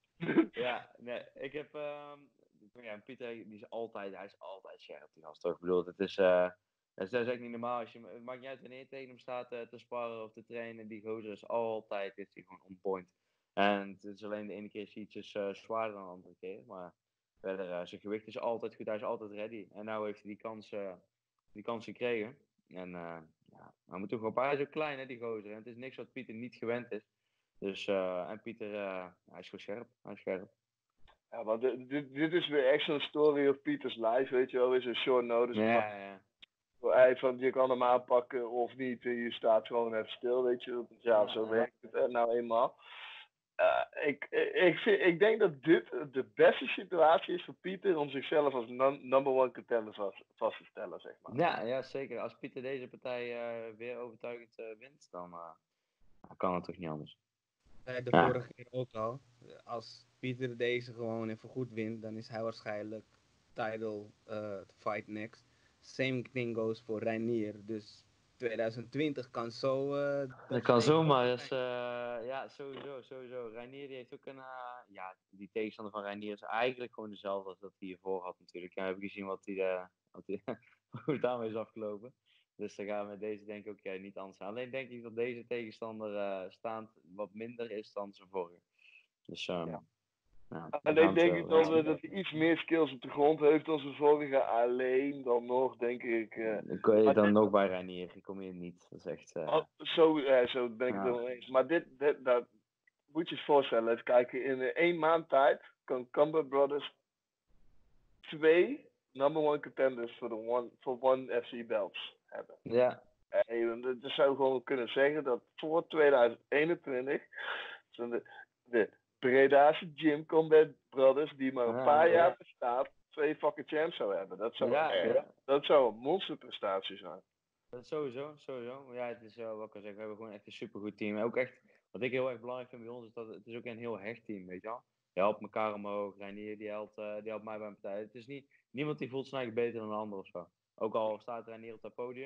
ja, nee, ik heb, um, ja, Pieter die is altijd, hij is altijd scherp, die gast toch? Ik bedoel, het is, uh, dat is echt niet normaal. Als je, het maakt niet uit wanneer je tegen hem staat uh, te sparren of te trainen, die gozer is altijd, is hij gewoon on point. En het is alleen de ene keer is hij ietsjes uh, zwaarder dan de andere keer. Maar verder, uh, zijn gewicht is altijd goed. Hij is altijd ready. En nu heeft hij die kans, uh, die kans gekregen. En uh, ja, hij moet toch op. Hij is ook klein, hè, die gozer. En het is niks wat Pieter niet gewend is. Dus, uh, en Pieter, uh, hij is gewoon scherp. Hij is scherp. Ja, want dit, dit is weer echt zo'n story of Pieters life, weet je wel. Is een short notice. Ja, ja. Hij van, je kan hem aanpakken of niet. En je staat gewoon even stil, weet je. Ja, zo werkt het hè, nou eenmaal. Uh, ik, ik, vind, ik denk dat dit de beste situatie is voor Pieter om zichzelf als non, number one contender vast, vast te stellen, zeg maar. Ja, ja, zeker. Als Pieter deze partij uh, weer overtuigend uh, wint, dan uh, kan het toch niet anders. Uh, de ja. vorige keer ook al. Als Pieter deze gewoon even goed wint, dan is hij waarschijnlijk title uh, fight next. Same thing goes voor Reinier. Dus twintig twintig kan zo... Uh, dat kan zomaar. Dus, uh, ja, sowieso, sowieso. Reinier die heeft ook een... Uh, ja, die tegenstander van Reinier is eigenlijk gewoon dezelfde als dat hij hiervoor had natuurlijk. Ja, we hebben gezien wat hij, uh, wat hij hoe het daarmee is afgelopen. Dus dan gaan we met deze denk ik ook uh, niet anders aan. Alleen denk ik dat deze tegenstander uh, staand wat minder is dan zijn vorige. Dus... Um, ja. Ja, alleen denk ik dan uh, dat hij iets meer skills op de grond heeft dan zijn vorige. Alleen dan nog, denk ik... Uh, dan kun je dan nog bij Reinier. Ik kom hier niet. Dat is echt... Uh... Oh, zo, uh, zo ben ik ja. het wel eens. Maar dit, dit dat moet je je voorstellen. Even kijken. In uh, één maand tijd kan Combat Brothers twee number one contenders voor de one, voor one F C belts hebben. Ja. En dat zou gewoon kunnen zeggen dat voor twintig eenentwintig zijn de, de Breda's Gym Combat Brothers, die maar een ja, paar ja. jaar bestaat, twee fucking champs zou hebben. Dat zou, ja, echt, ja. dat zou een monsterprestatie zijn. Dat is sowieso, sowieso. Ja, het is wel wat ik kan zeggen. We hebben gewoon echt een supergoed team. En ook echt, wat ik heel erg belangrijk vind bij ons, is dat het is ook een heel hecht team, weet je wel. Je helpt elkaar omhoog. Reinier, die helpt, uh, die helpt mij bij mijn partij. Het is niet, niemand die voelt zijn eigen beter dan een ander of zo. Ook al staat Reinier op dat podium.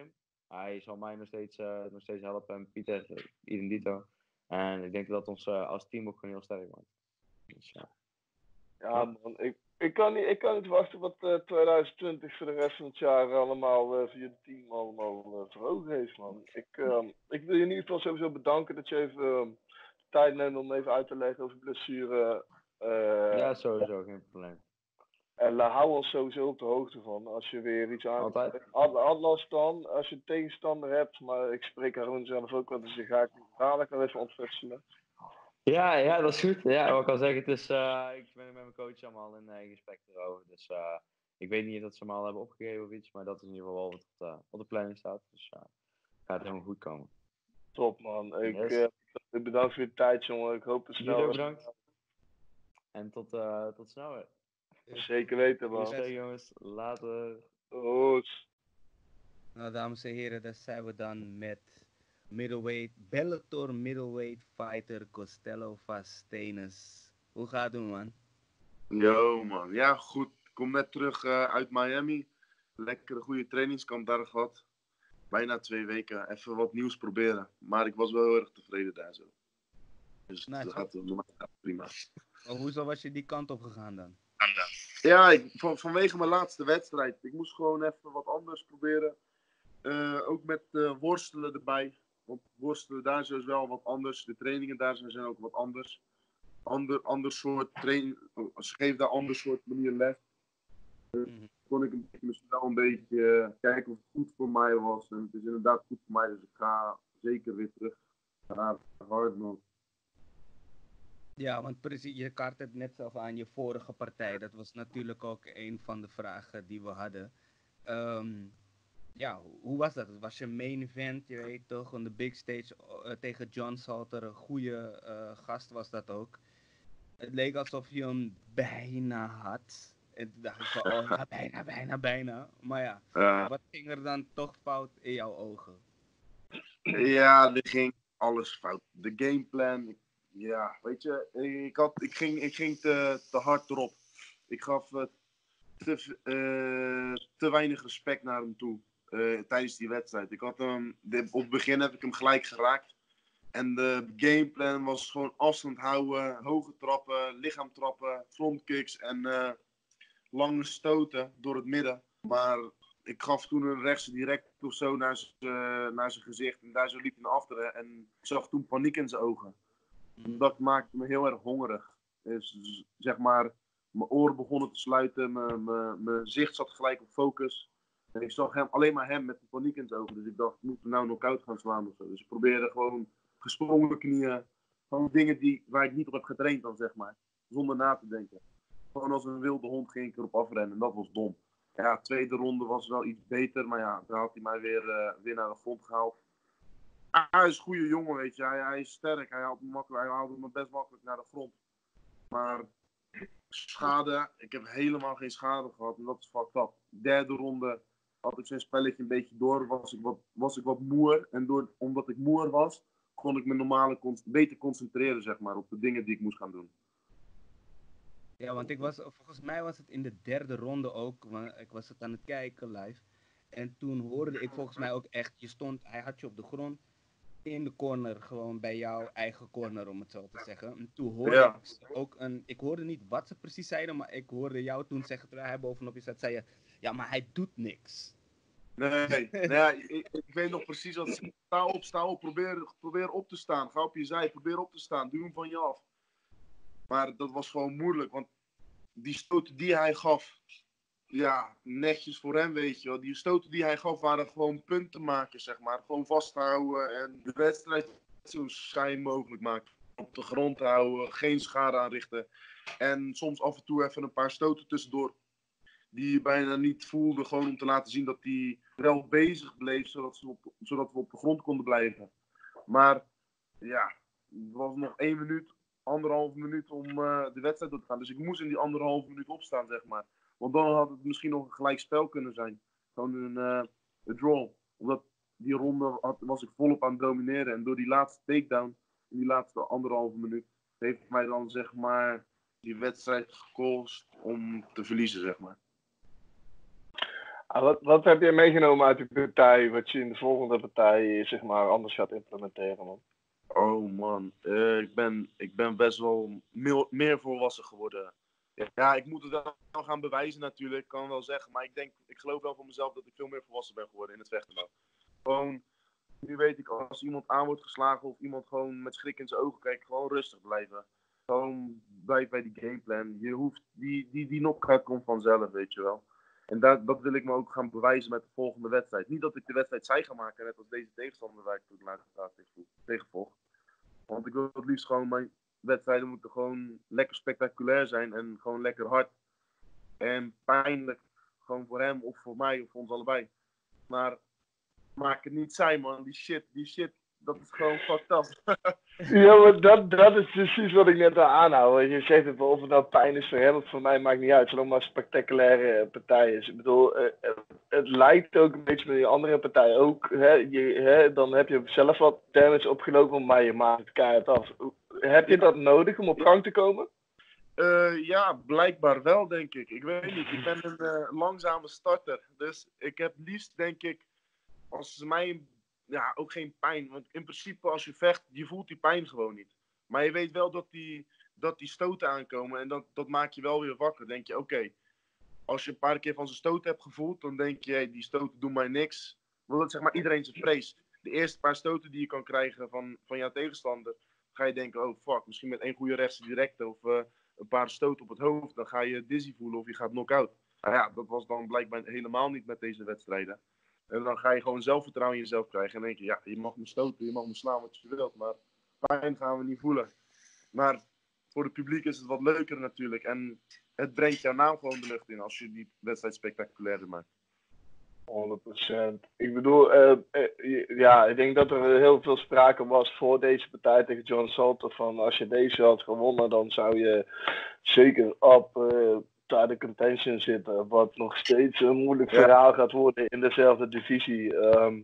hij zal mij nog steeds, uh, nog steeds helpen en Pieter, uh, idem dito. En ik denk dat ons uh, als team ook gewoon heel sterk maakt. Dus, uh, ja, man. Ik, ik, kan niet, ik kan niet wachten wat uh, twintig twintig voor de rest van het jaar allemaal uh, via het team allemaal uh, verhogen heeft, man. Ik, uh, ik wil je in ieder geval sowieso bedanken dat je even uh, tijd neemt om even uit te leggen over blessure. Uh, ja, sowieso, geen probleem. En uh, hou ons sowieso op de hoogte van als je weer iets aan... Altijd. Atlas dan, als je een tegenstander hebt, maar ik spreek Haroon zelf ook wel, dus die ga ik dadelijk wel even ontfutselen. Ja, ja, dat is goed. Ja, wat ik al zeggen, het is, uh, ik ben met mijn coach allemaal in, uh, in gesprek erover. Dus uh, ik weet niet of ze hem al hebben opgegeven of iets, maar dat is in ieder geval wel wat op de, op de planning staat. Dus uh, gaat helemaal goed komen. Top, man. Ik, Yes. uh, ik bedankt voor je tijd, jongen. Ik hoop het snel. Jullie ook bedankt. En tot, uh, tot snel weer. Zeker weten, man. Oké, jongens. Later. Goed. Nou, dames en heren, daar zijn we dan met middleweight, Bellator middleweight fighter Costello Vastenes. Hoe gaat het, man? Yo, man. Ja, goed. Ik kom net terug uh, uit Miami. Lekkere goede trainingskamp daar gehad. Bijna twee weken. Even wat nieuws proberen. Maar ik was wel heel erg tevreden daar zo. Dus nice, dat gaat normaal prima. Oh, hoezo was je die kant op gegaan dan? Ja, ik, van, vanwege mijn laatste wedstrijd. Ik moest gewoon even wat anders proberen. Uh, ook met uh, worstelen erbij. Want worstelen daar is wel wat anders. De trainingen daar zijn ook wat anders. Ander, ander soort training. Ze geven daar ander soort manier les. Dus mm-hmm. kon ik een beetje, wel een beetje uh, kijken of het goed voor mij was. En het is inderdaad goed voor mij. Dus ik ga zeker weer terug naar Hardknock. Ja, want precies, je kaart het net zelf aan je vorige partij. Dat was natuurlijk ook een van de vragen die we hadden. Um, ja, hoe was dat? Het was je main event, je weet toch, on the big stage uh, tegen John Salter. Een goede uh, gast was dat ook. Het leek alsof je hem bijna had. En toen dacht ik van, oh ja, bijna, bijna, bijna. Maar ja, uh, wat ging er dan toch fout in jouw ogen? Ja, er ging alles fout. De gameplan, ja, weet je, ik, had, ik ging, ik ging te, te hard erop. Ik gaf uh, te, uh, te weinig respect naar hem toe uh, tijdens die wedstrijd. Ik had hem, de, op het begin heb ik hem gelijk geraakt. En de gameplan was gewoon afstand houden, hoge trappen, lichaam trappen, frontkicks en uh, lange stoten door het midden. Maar ik gaf toen een rechtse direct of zo naar zijn gezicht en daar zo liep hij naar achteren en ik zag toen paniek in zijn ogen. Dat maakte me heel erg hongerig. Dus, zeg maar, mijn oren begonnen te sluiten, mijn, mijn, mijn zicht zat gelijk op focus. En ik zag hem, alleen maar hem met de paniek in zijn ogen. Dus ik dacht, ik moet hem nou knock-out gaan slaan of zo. Dus ik probeerde gewoon gesprongen knieën, gewoon dingen die, waar ik niet op heb getraind dan, zeg maar. Zonder na te denken. Gewoon als een wilde hond ging ik erop afrennen en dat was dom. Ja, de tweede ronde was wel iets beter, maar ja, daar had hij mij weer, uh, weer naar de grond gehaald. Hij is een goede jongen, weet je. Hij, hij is sterk. Hij haalde, me makkelijk, hij haalde me best makkelijk naar de grond. Maar schade, ik heb helemaal geen schade gehad. En dat is fucked up. Derde ronde had ik zijn spelletje een beetje door. Was ik wat, was ik wat moer. En door, omdat ik moer was, kon ik me normale beter concentreren, zeg maar, op de dingen die ik moest gaan doen. Ja, want ik was, volgens mij was het in de derde ronde ook. Want ik was het aan het kijken live. En toen hoorde ik volgens mij ook echt, je stond, hij had je op de grond. In de corner, gewoon bij jouw eigen corner, om het zo te zeggen. En toen hoorde ja. ik ook een... Ik hoorde niet wat ze precies zeiden, maar ik hoorde jou toen zeggen, terwijl hij bovenop je zat, zei je... Ja, maar hij doet niks. Nee, nee ik, ik weet nog precies wat ze... Sta op, sta op, probeer, probeer op te staan. Ga op je zij, probeer op te staan. Duw hem van je af. Maar dat was gewoon moeilijk, want die stoten die hij gaf... Ja, netjes voor hem, weet je wel. Die stoten die hij gaf waren gewoon punten maken, zeg maar. Gewoon vasthouden en de wedstrijd zo saai mogelijk maken. Op de grond houden, geen schade aanrichten. En soms af en toe even een paar stoten tussendoor. Die je bijna niet voelde, gewoon om te laten zien dat hij wel bezig bleef, zodat, ze op, zodat we op de grond konden blijven. Maar ja, er was nog één minuut, anderhalf minuut om uh, de wedstrijd door te gaan. Dus ik moest in die anderhalf minuut opstaan, zeg maar. Want dan had het misschien nog een gelijk spel kunnen zijn. Gewoon een, uh, een draw. Omdat die ronde had, was ik volop aan het domineren. En door die laatste takedown, in die laatste anderhalve minuut, heeft mij dan zeg maar die wedstrijd gekost om te verliezen, zeg maar. Ah, wat, wat heb je meegenomen uit die partij, wat je in de volgende partij zeg maar anders gaat implementeren, man? Oh man, uh, ik, ben, ik ben best wel meer, meer volwassen geworden. Ja, ik moet het wel gaan bewijzen natuurlijk, kan wel zeggen. Maar ik denk, ik geloof wel van mezelf dat ik veel meer volwassen ben geworden in het vechten. Nou. Gewoon, nu weet ik, als iemand aan wordt geslagen of iemand gewoon met schrik in zijn ogen kijkt, gewoon rustig blijven. Gewoon blijf bij die gameplan. Je hoeft, die, die, die knock-out komt vanzelf, weet je wel. En dat, dat wil ik me ook gaan bewijzen met de volgende wedstrijd. Niet dat ik de wedstrijd zij ga maken, net als deze tegenstander waar ik toen laatst tegen vocht. Want ik wil het liefst gewoon, mijn wedstrijden moeten gewoon lekker spectaculair zijn en gewoon lekker hard. En pijnlijk, gewoon voor hem of voor mij of voor ons allebei. Maar maak het niet zijn, man. Die shit, die shit, dat is gewoon fucked up. Ja, maar dat, dat is precies wat ik net al aanhoud. Je zegt het wel, of het nou pijn is voor hem of voor mij, maakt niet uit. Zolang maar een spectaculaire partij is. Ik bedoel, uh, het lijkt ook een beetje met die andere partij ook. Hè? Je, hè? Dan heb je zelf wat damage opgelopen, maar je maakt het keihard af. Heb je dat nodig om op gang te komen? Uh, ja, blijkbaar wel, denk ik. Ik weet niet, ik ben een uh, langzame starter. Dus ik heb liefst, denk ik, als ze mij... Ja, ook geen pijn. Want in principe, als je vecht, je voelt die pijn gewoon niet. Maar je weet wel dat die, dat die stoten aankomen. En dat, dat maakt je wel weer wakker. Dan denk je, oké. Okay, als je een paar keer van zijn stoten hebt gevoeld, dan denk je, hey, die stoten doen mij niks. Want dat zeg maar iedereen zijn vrees. De eerste paar stoten die je kan krijgen van, van jouw tegenstander, ga je denken, oh fuck, misschien met één goede rechtse directe of uh, een paar stoten op het hoofd, dan ga je dizzy voelen of je gaat knock-out. Nou ja, dat was dan blijkbaar helemaal niet met deze wedstrijden. En dan ga je gewoon zelfvertrouwen in jezelf krijgen. En dan denk je, ja, je mag me stoten, je mag me slaan wat je wilt. Maar pijn gaan we niet voelen. Maar voor het publiek is het wat leuker natuurlijk. En het brengt jouw naam gewoon de lucht in als je die wedstrijd spectaculairder maakt. honderd procent. Ik bedoel, uh, uh, ja, ik denk dat er heel veel sprake was voor deze partij tegen John Salter. Van als je deze had gewonnen, dan zou je zeker op... Uh, daar de contention zitten, wat nog steeds een moeilijk verhaal ja. gaat worden in dezelfde divisie. Um,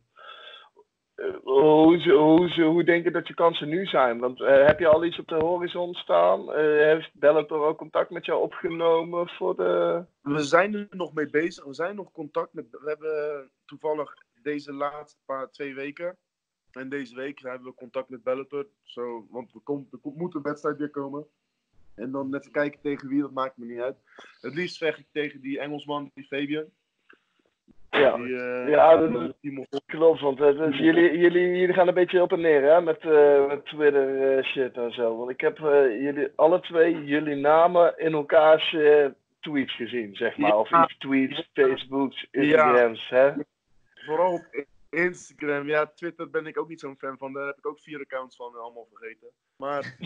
uh, hoe, hoe, hoe denk je dat je kansen nu zijn? Want uh, heb je al iets op de horizon staan? Uh, heeft Bellator ook contact met jou opgenomen voor de... We zijn er nog mee bezig. We zijn nog contact met... We hebben toevallig deze laatste paar, twee weken en deze week hebben we contact met Bellator. So, want er, komt, er moet een wedstrijd weer komen. En dan even kijken tegen wie, dat maakt me niet uit. Het liefst vecht ik tegen die Engelsman, die Fabian. Ja, die, uh, ja dat die klopt, want uh, dus jullie, jullie, jullie gaan een beetje op en neer hè, met, uh, met Twitter uh, shit en zo. Want ik heb uh, jullie, alle twee jullie namen in elkaars uh, tweets gezien, zeg maar. Ja. Of iets tweets, Facebooks, Instagrams, ja. Hè? Vooral op Instagram. Ja, Twitter ben ik ook niet zo'n fan van. Daar heb ik ook vier accounts van, allemaal vergeten. Maar...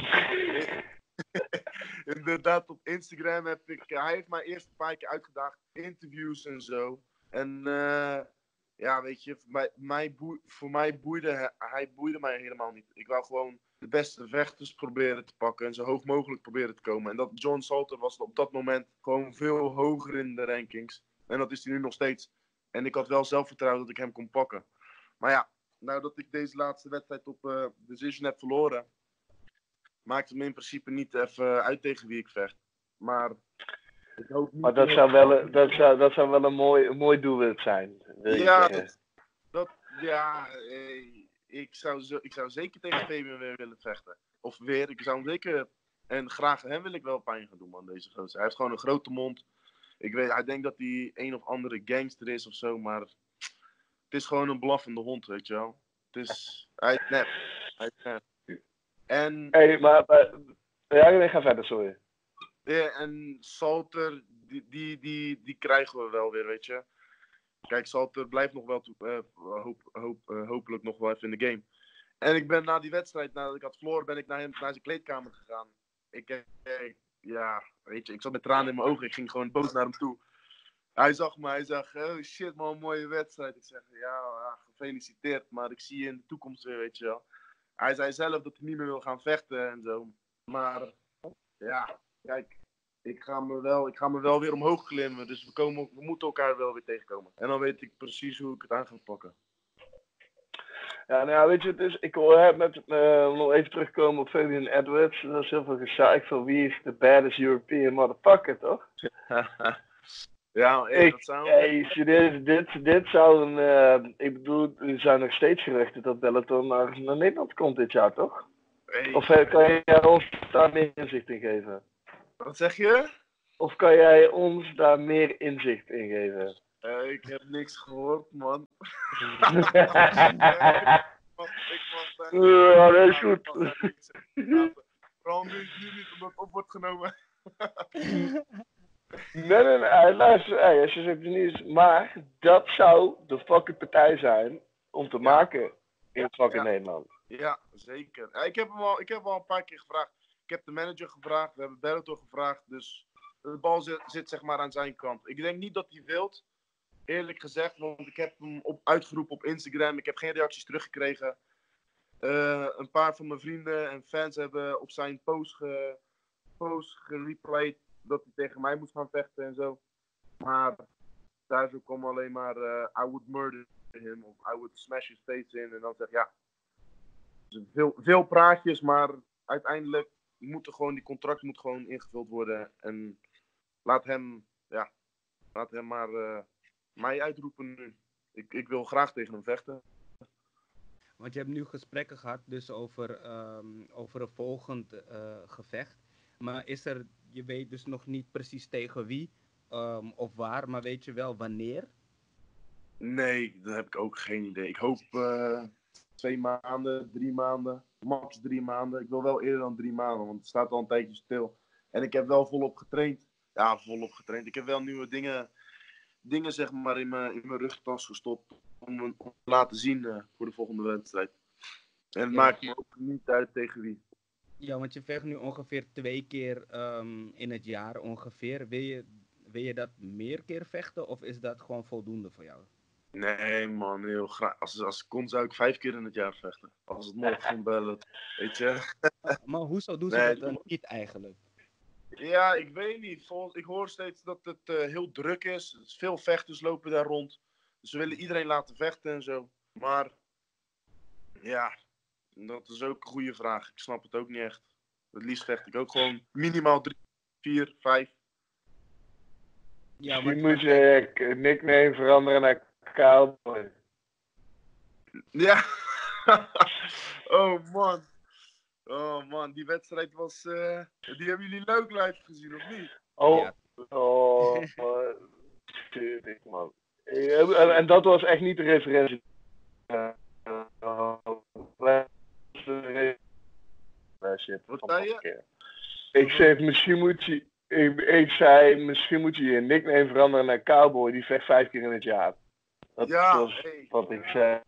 Inderdaad, op Instagram heb ik... Hij heeft mij eerst een paar keer uitgedaagd. Interviews en zo. En uh, ja, weet je, voor mij, mij boe, voor mij boeide hij boeide mij helemaal niet. Ik wou gewoon de beste vechters proberen te pakken en zo hoog mogelijk proberen te komen. En dat John Salter was op dat moment gewoon veel hoger in de rankings. En dat is hij nu nog steeds. En ik had wel zelfvertrouwen dat ik hem kon pakken. Maar ja, nou dat ik deze laatste wedstrijd op uh, decision heb verloren, maakt het me in principe niet even uit tegen wie ik vecht. Maar ik hoop niet... Maar dat zou wel, dat zou, dat zou wel een mooi, een mooi doelwit zijn. Wil je ja, zeggen. Dat, dat, ja eh, ik, zou zo, ik zou zeker tegen Fabian weer willen vechten. Of weer, ik zou hem zeker... En graag hem wil ik wel pijn gaan doen, man, deze gozer. Hij heeft gewoon een grote mond. Ik weet, hij denkt dat hij een of andere gangster is of zo, maar... Het is gewoon een blaffende hond, weet je wel. Het is... Hij is nep. Hij is nep. En... Hey, maar, maar ja, ik ga verder, sorry. Ja, en Salter, die, die, die, die krijgen we wel weer, weet je. Kijk, Salter blijft nog wel, toe, uh, hoop, hoop, uh, hopelijk nog wel even in de game. En ik ben na die wedstrijd, nadat ik had verloren, ben ik naar hem, naar zijn kleedkamer gegaan. Ik, ik, ja, weet je, ik zat met tranen in mijn ogen, ik ging gewoon boos naar hem toe. Hij zag me, hij zegt, oh shit man, mooie wedstrijd. Ik zeg, ja, ja, gefeliciteerd, maar ik zie je in de toekomst weer, weet je wel. Hij zei zelf dat hij niet meer wil gaan vechten en zo. Maar, ja, kijk, ik ga me wel, ik ga me wel weer omhoog klimmen. Dus we, komen, we moeten elkaar wel weer tegenkomen. En dan weet ik precies hoe ik het aan ga pakken. Ja, nou ja, weet je, het is, ik hoor met, uh, nog even terugkomen op Fabian Edwards. Dat is heel veel gezeik van wie is de baddest European motherfucker, toch? Ja, hey, Ik, dat zou... hey, serieus, dit, dit zou een... Uh, ik bedoel, er zijn nog steeds geruchten dat Bellator naar, naar Nederland komt dit jaar, toch? Hey. Of uh, kan jij ons daar meer inzicht in geven? Wat zeg je? Of kan jij ons daar meer inzicht in geven? Uh, ik heb niks gehoord, man. ik mag, ik mag ja, dat is goed. Vooral nu, nu niet omdat het op wordt genomen. Nee, nee, nee, luister, hey, als je zegt niet, maar dat zou de fucking partij zijn om te ja. maken in het fucking ja. Nederland. Ja, zeker. Ja, ik, heb hem al, ik heb hem al een paar keer gevraagd. Ik heb de manager gevraagd, we hebben Bellator gevraagd, dus de bal zit, zit zeg maar aan zijn kant. Ik denk niet dat hij wilt, eerlijk gezegd, want ik heb hem op, uitgeroepen op Instagram, ik heb geen reacties teruggekregen. Uh, een paar van mijn vrienden en fans hebben op zijn post, ge, post gereplayed dat hij tegen mij moet gaan vechten en zo. Maar daar zo kwam alleen maar uh, I would murder him of I would smash his face in. En dan zeg ja, veel, veel praatjes, maar uiteindelijk moet er gewoon, die contract moet gewoon ingevuld worden. En laat hem, ja, laat hem maar uh, mij uitroepen nu. Ik, ik wil graag tegen hem vechten. Want je hebt nu gesprekken gehad dus over, um, over een volgend uh, gevecht. Maar is er, je weet dus nog niet precies tegen wie um, of waar, maar weet je wel wanneer? Nee, dat heb ik ook geen idee. Ik hoop uh, twee maanden, drie maanden, max drie maanden. Ik wil wel eerder dan drie maanden, want het staat al een tijdje stil. En ik heb wel volop getraind. Ja, volop getraind. Ik heb wel nieuwe dingen, dingen zeg maar in mijn, in mijn rugtas gestopt om, om te laten zien uh, voor de volgende wedstrijd. En het ja. maakt me ook niet uit tegen wie. Ja, want je vecht nu ongeveer twee keer um, in het jaar ongeveer. Wil je, wil je dat meer keer vechten of is dat gewoon voldoende voor jou? Nee man, heel graag. Als, als ik kon zou ik vijf keer in het jaar vechten. Als het mocht van bellen, weet je. Maar, maar hoezo doen ze nee, dat dan niet eigenlijk? Ja, ik weet niet. Volgens, ik hoor steeds dat het uh, heel druk is. Dus veel vechters lopen daar rond. Dus ze willen iedereen laten vechten en zo. Maar ja, dat is ook een goede vraag. Ik snap het ook niet echt. Het liefst vecht ik ook gewoon minimaal drie, vier, vijf. Ja, misschien moet je je nickname veranderen naar Cowboy. Ja. Oh man. Oh man, die wedstrijd was... Uh, die hebben jullie leuk live gezien, of niet? Oh, ja. oh, shit, man. En, en dat was echt niet de referentie. Shit, wat zei je? Ik zei, misschien moet je... Ik, ik zei, misschien moet je je nickname veranderen naar Cowboy. Die vecht vijf keer in het jaar. Dat ja, was hey. wat ik zei.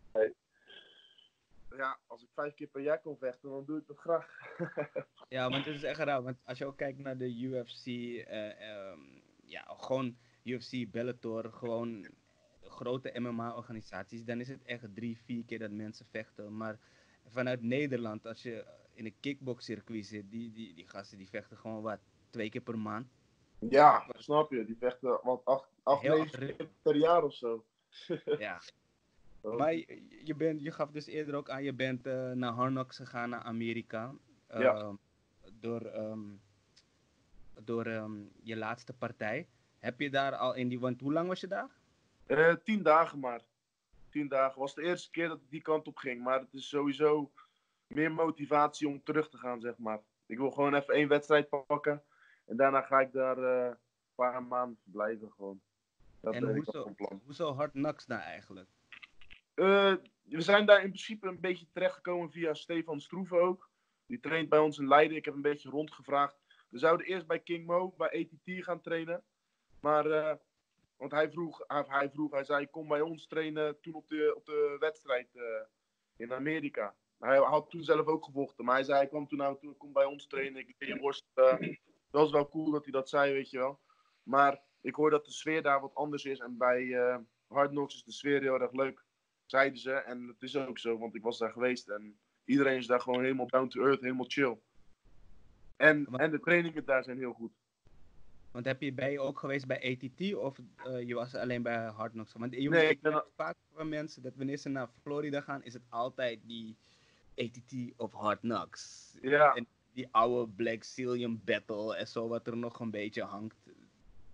Ja, als ik vijf keer per jaar kon vechten, dan doe ik dat graag. Ja, want het is echt raar. Want als je ook kijkt naar de U F C, uh, um, ja, gewoon U F C, Bellator, gewoon grote M M A-organisaties, dan is het echt drie, vier keer dat mensen vechten. Maar vanuit Nederland, als je in een kickbox-circuit zit, die, die, die gasten die vechten gewoon wat, twee keer per maand. Ja, snap je. Die vechten wat acht, acht negen keer per jaar of zo. Ja. Maar je, je, bent, je gaf dus eerder ook aan, je bent uh, naar Hard Knocks gegaan, naar Amerika. Uh, ja. Door, um, door um, je laatste partij. Heb je daar al in die... Want hoe lang was je daar? Uh, tien dagen maar. Tien dagen. Was de eerste keer dat ik die kant op ging. Maar het is sowieso meer motivatie om terug te gaan, zeg maar. Ik wil gewoon even één wedstrijd pakken. En daarna ga ik daar uh, een paar maanden blijven gewoon. Dat en hoezo, hoezo Hard Knocks nou eigenlijk? Uh, we zijn daar in principe een beetje terechtgekomen via Stefan Stroeven ook. Die traint bij ons in Leiden. Ik heb een beetje rondgevraagd. We zouden eerst bij King Mo, bij A T T gaan trainen. Maar, uh, want hij vroeg, hij, hij vroeg, hij zei, kom bij ons trainen toen op de, op de wedstrijd uh, in Amerika. Hij had toen zelf ook gevochten, maar hij zei, hij kwam toen nou toe, kom bij ons trainen, ik leer je worst. Uh, dat was wel cool dat hij dat zei, weet je wel. Maar ik hoor dat de sfeer daar wat anders is en bij uh, Hard Knocks is de sfeer heel erg leuk, zeiden ze. En het is ook zo, want ik was daar geweest en iedereen is daar gewoon helemaal down to earth, helemaal chill. En, en de trainingen daar zijn heel goed. Want heb je, ben je ook geweest bij A T T of uh, je was alleen bij Hard Knocks? Want je nee, ik ben vaak van mensen dat wanneer ze naar Florida gaan, is het altijd die A T T of Hard Knocks. Ja. En die oude Black Cillian Battle en zo wat er nog een beetje hangt.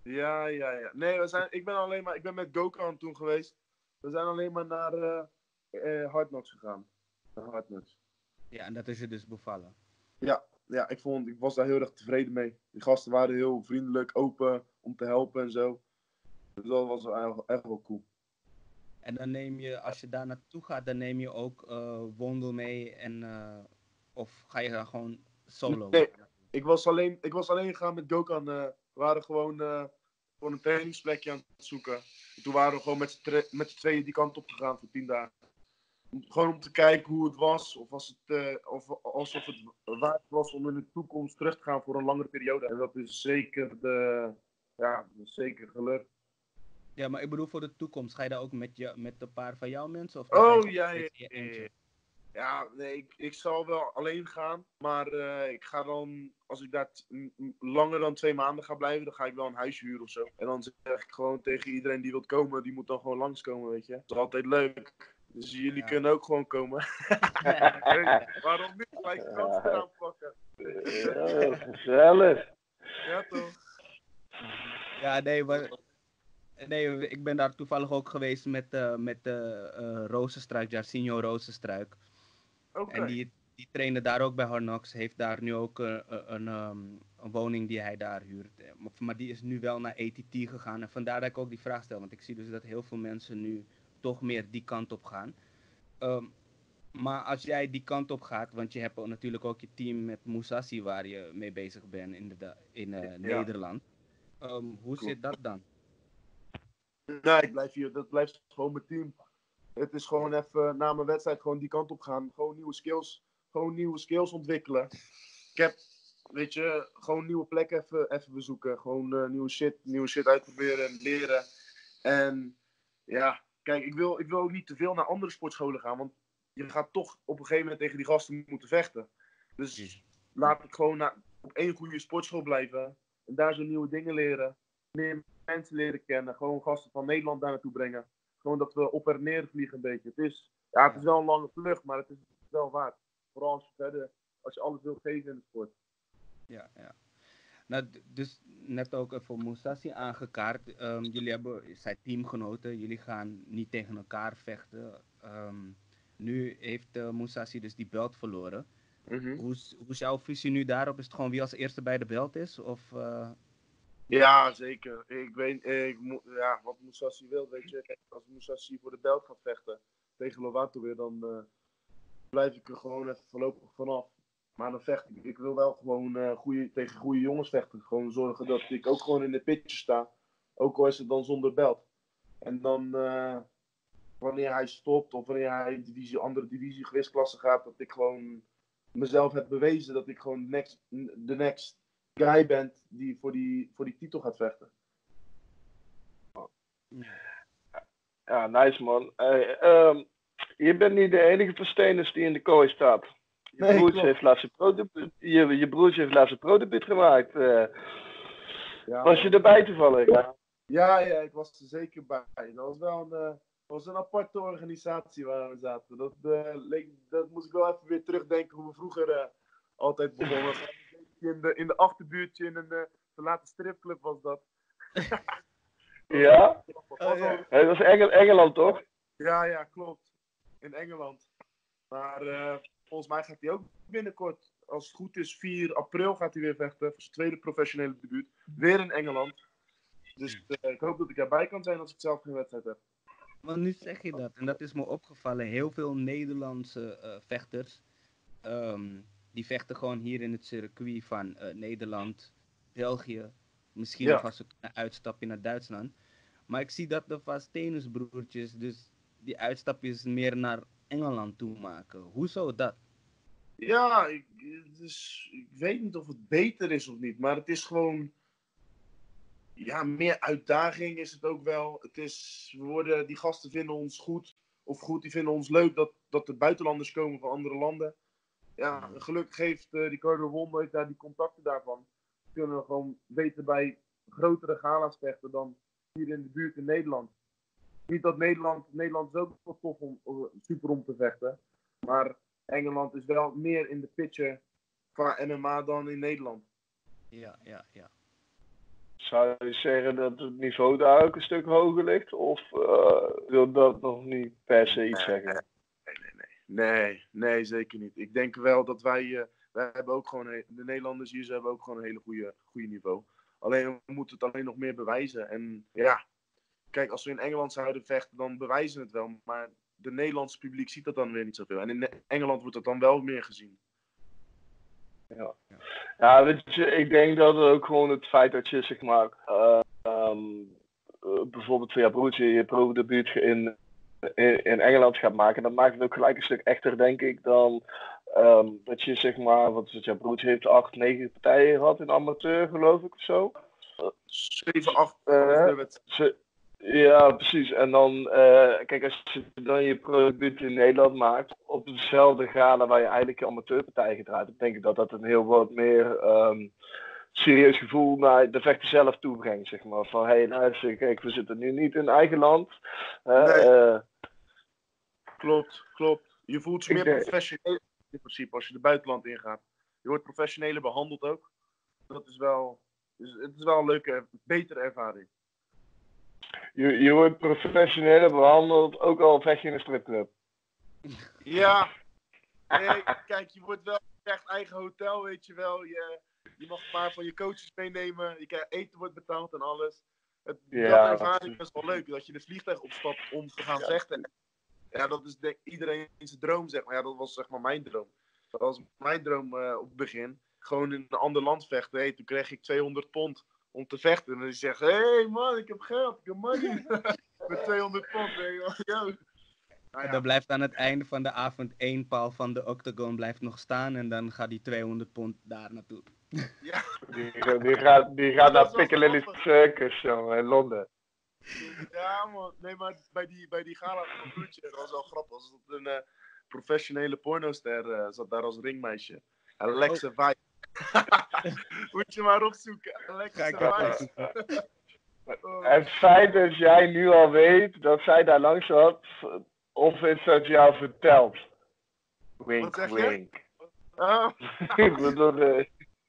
Ja, ja, ja. Nee, we zijn, ik ben alleen maar, ik ben met Gokhan toen geweest. We zijn alleen maar naar uh, uh, Hard Knocks gegaan. Naar Hard Knocks. Ja, en dat is je dus bevallen. Ja, ja ik, vond, ik was daar heel erg tevreden mee. Die gasten waren heel vriendelijk, open om te helpen en zo. Dus dat was wel echt wel cool. En dan neem je, als je daar naartoe gaat, dan neem je ook uh, Wondel mee en uh, of ga je dan gewoon solo? Nee, ik was alleen, ik was alleen gegaan met Gokhan. Uh, we waren gewoon uh, voor een trainingsplekje aan het zoeken. En toen waren we gewoon met z'n met tweeën die kant op gegaan voor tien dagen. Gewoon om te kijken hoe het was, of, was het, uh, of alsof het waard was om in de toekomst terug te gaan voor een langere periode. En dat is zeker, de, ja, dat is zeker gelukt. Ja, maar ik bedoel voor de toekomst. Ga je daar ook met, je, met een paar van jouw mensen? Of oh, ja, ja, ja, ja. Ja, nee, ik, ik zal wel alleen gaan. Maar uh, ik ga dan, als ik daar t- m- langer dan twee maanden ga blijven, dan ga ik wel een huisje huren of zo. En dan zeg ik gewoon tegen iedereen die wil komen, die moet dan gewoon langskomen, weet je. Dat is altijd leuk. Dus jullie ja. kunnen ook gewoon komen. Hey, waarom niet? Gelijk het grootste eraan pakken. Ja, gezellig. Ja, toch? Ja, nee, maar... Nee, ik ben daar toevallig ook geweest met, uh, met uh, uh, Rozenstruik, Jarcinho Rozenstruik. Okay. En die, die trainde daar ook bij Hard Knocks. Heeft daar nu ook uh, een, um, een woning die hij daar huurt. Maar die is nu wel naar A T T gegaan. En vandaar dat ik ook die vraag stel. Want ik zie dus dat heel veel mensen nu toch meer die kant op gaan. Um, maar als jij die kant op gaat, want je hebt natuurlijk ook je team met Mousasi waar je mee bezig bent in, de, in uh, ja. Nederland. Um, hoe Klopt. Zit dat dan? Nee, ik blijf hier. Dat blijft gewoon mijn team. Het is gewoon even na mijn wedstrijd gewoon die kant op gaan. Gewoon nieuwe skills, gewoon nieuwe skills ontwikkelen. Ik heb, weet je, gewoon nieuwe plekken even, even bezoeken. Gewoon uh, nieuwe shit, nieuwe shit uitproberen en leren. En ja, kijk, ik wil, ik wil ook niet te veel naar andere sportscholen gaan. Want je gaat toch op een gegeven moment tegen die gasten moeten vechten. Dus laat ik gewoon naar, op één goede sportschool blijven. En daar zo nieuwe dingen leren. Meer mensen leren kennen. Gewoon gasten van Nederland daar naartoe brengen. Gewoon dat we op en neer vliegen een beetje. Het is, ja, het is wel een lange vlucht, maar het is wel waard. Vooral als je, verder, als je alles wilt geven in de sport. Ja, ja. Nou, dus net ook voor Mousasi aangekaart. Um, jullie hebben, zijn teamgenoten. Jullie gaan niet tegen elkaar vechten. Um, nu heeft uh, Mousasi dus die belt verloren. Mm-hmm. Hoe, hoe is jouw visie nu daarop? Is het gewoon wie als eerste bij de belt is? Of... Uh... Ja, zeker. Ik weet, ik, ja, wat Mousasi wil, weet je. Kijk, als Mousasi voor de belt gaat vechten tegen Lovato weer, dan uh, blijf ik er gewoon even voorlopig vanaf. Maar dan vecht ik. Ik wil wel gewoon uh, goeie, tegen goede jongens vechten. Gewoon zorgen dat ik ook gewoon in de pitje sta. Ook al is het dan zonder belt. En dan, uh, wanneer hij stopt of wanneer hij in divisie, andere divisie gewichtsklasse gaat, dat ik gewoon mezelf heb bewezen dat ik gewoon de next, de next guy bent die voor die, voor die titel gaat vechten. Ja, nice man. Hey, um, je bent niet de enige Versteners die in de kooi staat. Je, nee, broertje, heeft laatst een pro-debuut, je, je broertje heeft laatst een pro-debuut gemaakt. Uh, ja, was je erbij toevallig? Ja. ja, ja, ik was er zeker bij. Dat was wel een, uh, was een aparte organisatie waar we zaten. Dat, uh, leek, dat moest ik wel even weer terugdenken hoe we vroeger uh, altijd begonnen. In de, in de achterbuurtje in een uh, verlaten stripclub was dat. Ja? Oh, ja. Het was Engel- Engeland toch? Ja, ja, klopt. In Engeland. Maar uh, volgens mij gaat hij ook binnenkort, als het goed is, vier april gaat hij weer vechten voor zijn tweede professionele debuut. Weer in Engeland. Dus uh, ik hoop dat ik erbij kan zijn als ik zelf geen wedstrijd heb. Maar nu zeg je dat, en dat is me opgevallen. Heel veel Nederlandse uh, vechters, um, die vechten gewoon hier in het circuit van uh, Nederland, België. Misschien ja. nog als ik een uitstapje naar Duitsland. Maar ik zie dat de Vastenus broertjes dus die uitstapjes meer naar Engeland toe maken. Hoezo dat? Ja, ik, dus, ik weet niet of het beter is of niet, maar het is gewoon... Ja, meer uitdaging is het ook wel. Het is, we worden, die gasten vinden ons goed. Of goed, die vinden ons leuk dat, dat er buitenlanders komen van andere landen. Ja, gelukkig heeft uh, Ricardo Wondel daar die contacten daarvan. Kunnen we gewoon beter bij grotere gala's vechten dan hier in de buurt in Nederland. Niet dat Nederland, Nederland is ook wel tof om, super om te vechten. Maar Engeland is wel meer in de pitcher qua M M A dan in Nederland. Ja, ja, ja. zou je zeggen dat het niveau daar ook een stuk hoger ligt? Of uh, wil dat nog niet per se iets zeggen? Nee, nee, nee. Nee, nee, zeker niet. Ik denk wel dat wij, uh, wij hebben ook gewoon, de Nederlanders hier, ze hebben ook gewoon een hele goede, goede niveau. Alleen we moeten het alleen nog meer bewijzen. En ja, kijk, als we in Engeland zouden vechten, dan bewijzen we het wel. Maar de Nederlandse publiek ziet dat dan weer niet zoveel. En in Engeland wordt dat dan wel meer gezien. Ja, ja weet je, ik denk dat het ook gewoon het feit dat je, zeg maar, uh, um, uh, bijvoorbeeld voor jouw broertje je pro-debuut in, in, in Engeland gaat maken, dat maakt het ook gelijk een stuk echter, denk ik, dan um, dat je, zeg maar, wat jouw broertje heeft, acht, negen partijen gehad in amateur, geloof ik, of zo. zeven, acht Uh, Ja, precies. En dan, uh, kijk, als je dan je pro-debuut in Nederland maakt, op dezelfde gala waar je eigenlijk je amateurpartij gedraaid hebt, denk ik dat dat een heel wat meer um, serieus gevoel naar de vechter zelf toebrengt, zeg maar. Van, hé, hey, luister, kijk, we zitten nu niet in eigen land. Uh, nee. uh, klopt, klopt. Je voelt je meer denk... professioneel in principe als je de buitenland ingaat. Je wordt professioneler behandeld ook. Dat is wel, het is wel een leuke, betere ervaring. Je, je wordt professioneler behandeld, ook al vecht je in een stripclub. Ja. Nee, kijk, je wordt wel echt eigen hotel, weet je wel. Je, je mag een paar van je coaches meenemen. Je krijgt eten wordt betaald en alles. Het, ja, dat ervaring is wel leuk. Dat je de vliegtuig opstapt om te gaan ja. vechten. Ja, dat is denk iedereen zijn droom, zeg maar. Ja, dat was zeg maar mijn droom. Dat was mijn droom uh, op het begin. Gewoon in een ander land vechten. Hey, toen kreeg ik tweehonderd pond om te vechten. En dan zeg je, hé hey, man, ik heb geld, ik heb money. Met tweehonderd pond. Yo. Nou ja. En dan blijft aan het einde van de avond één paal van de octagon blijft nog staan. En dan gaat die tweehonderd pond daar naartoe. Ja. Die, die gaat, die gaat naar Piccadilly Circus, jongen, in Londen. Ja, man. Nee, maar bij die, bij die gala van mijn broertje, dat was wel grappig. Er zat een uh, professionele pornoster, uh, zat daar als ringmeisje. Alexa oh. Vice. Moet je maar opzoeken. Alexa Vice. Oh. Het feit dat jij nu al weet dat zij daar langs zat, of is dat jou verteld? Wink, wink. Oh. Ik bedoel, uh...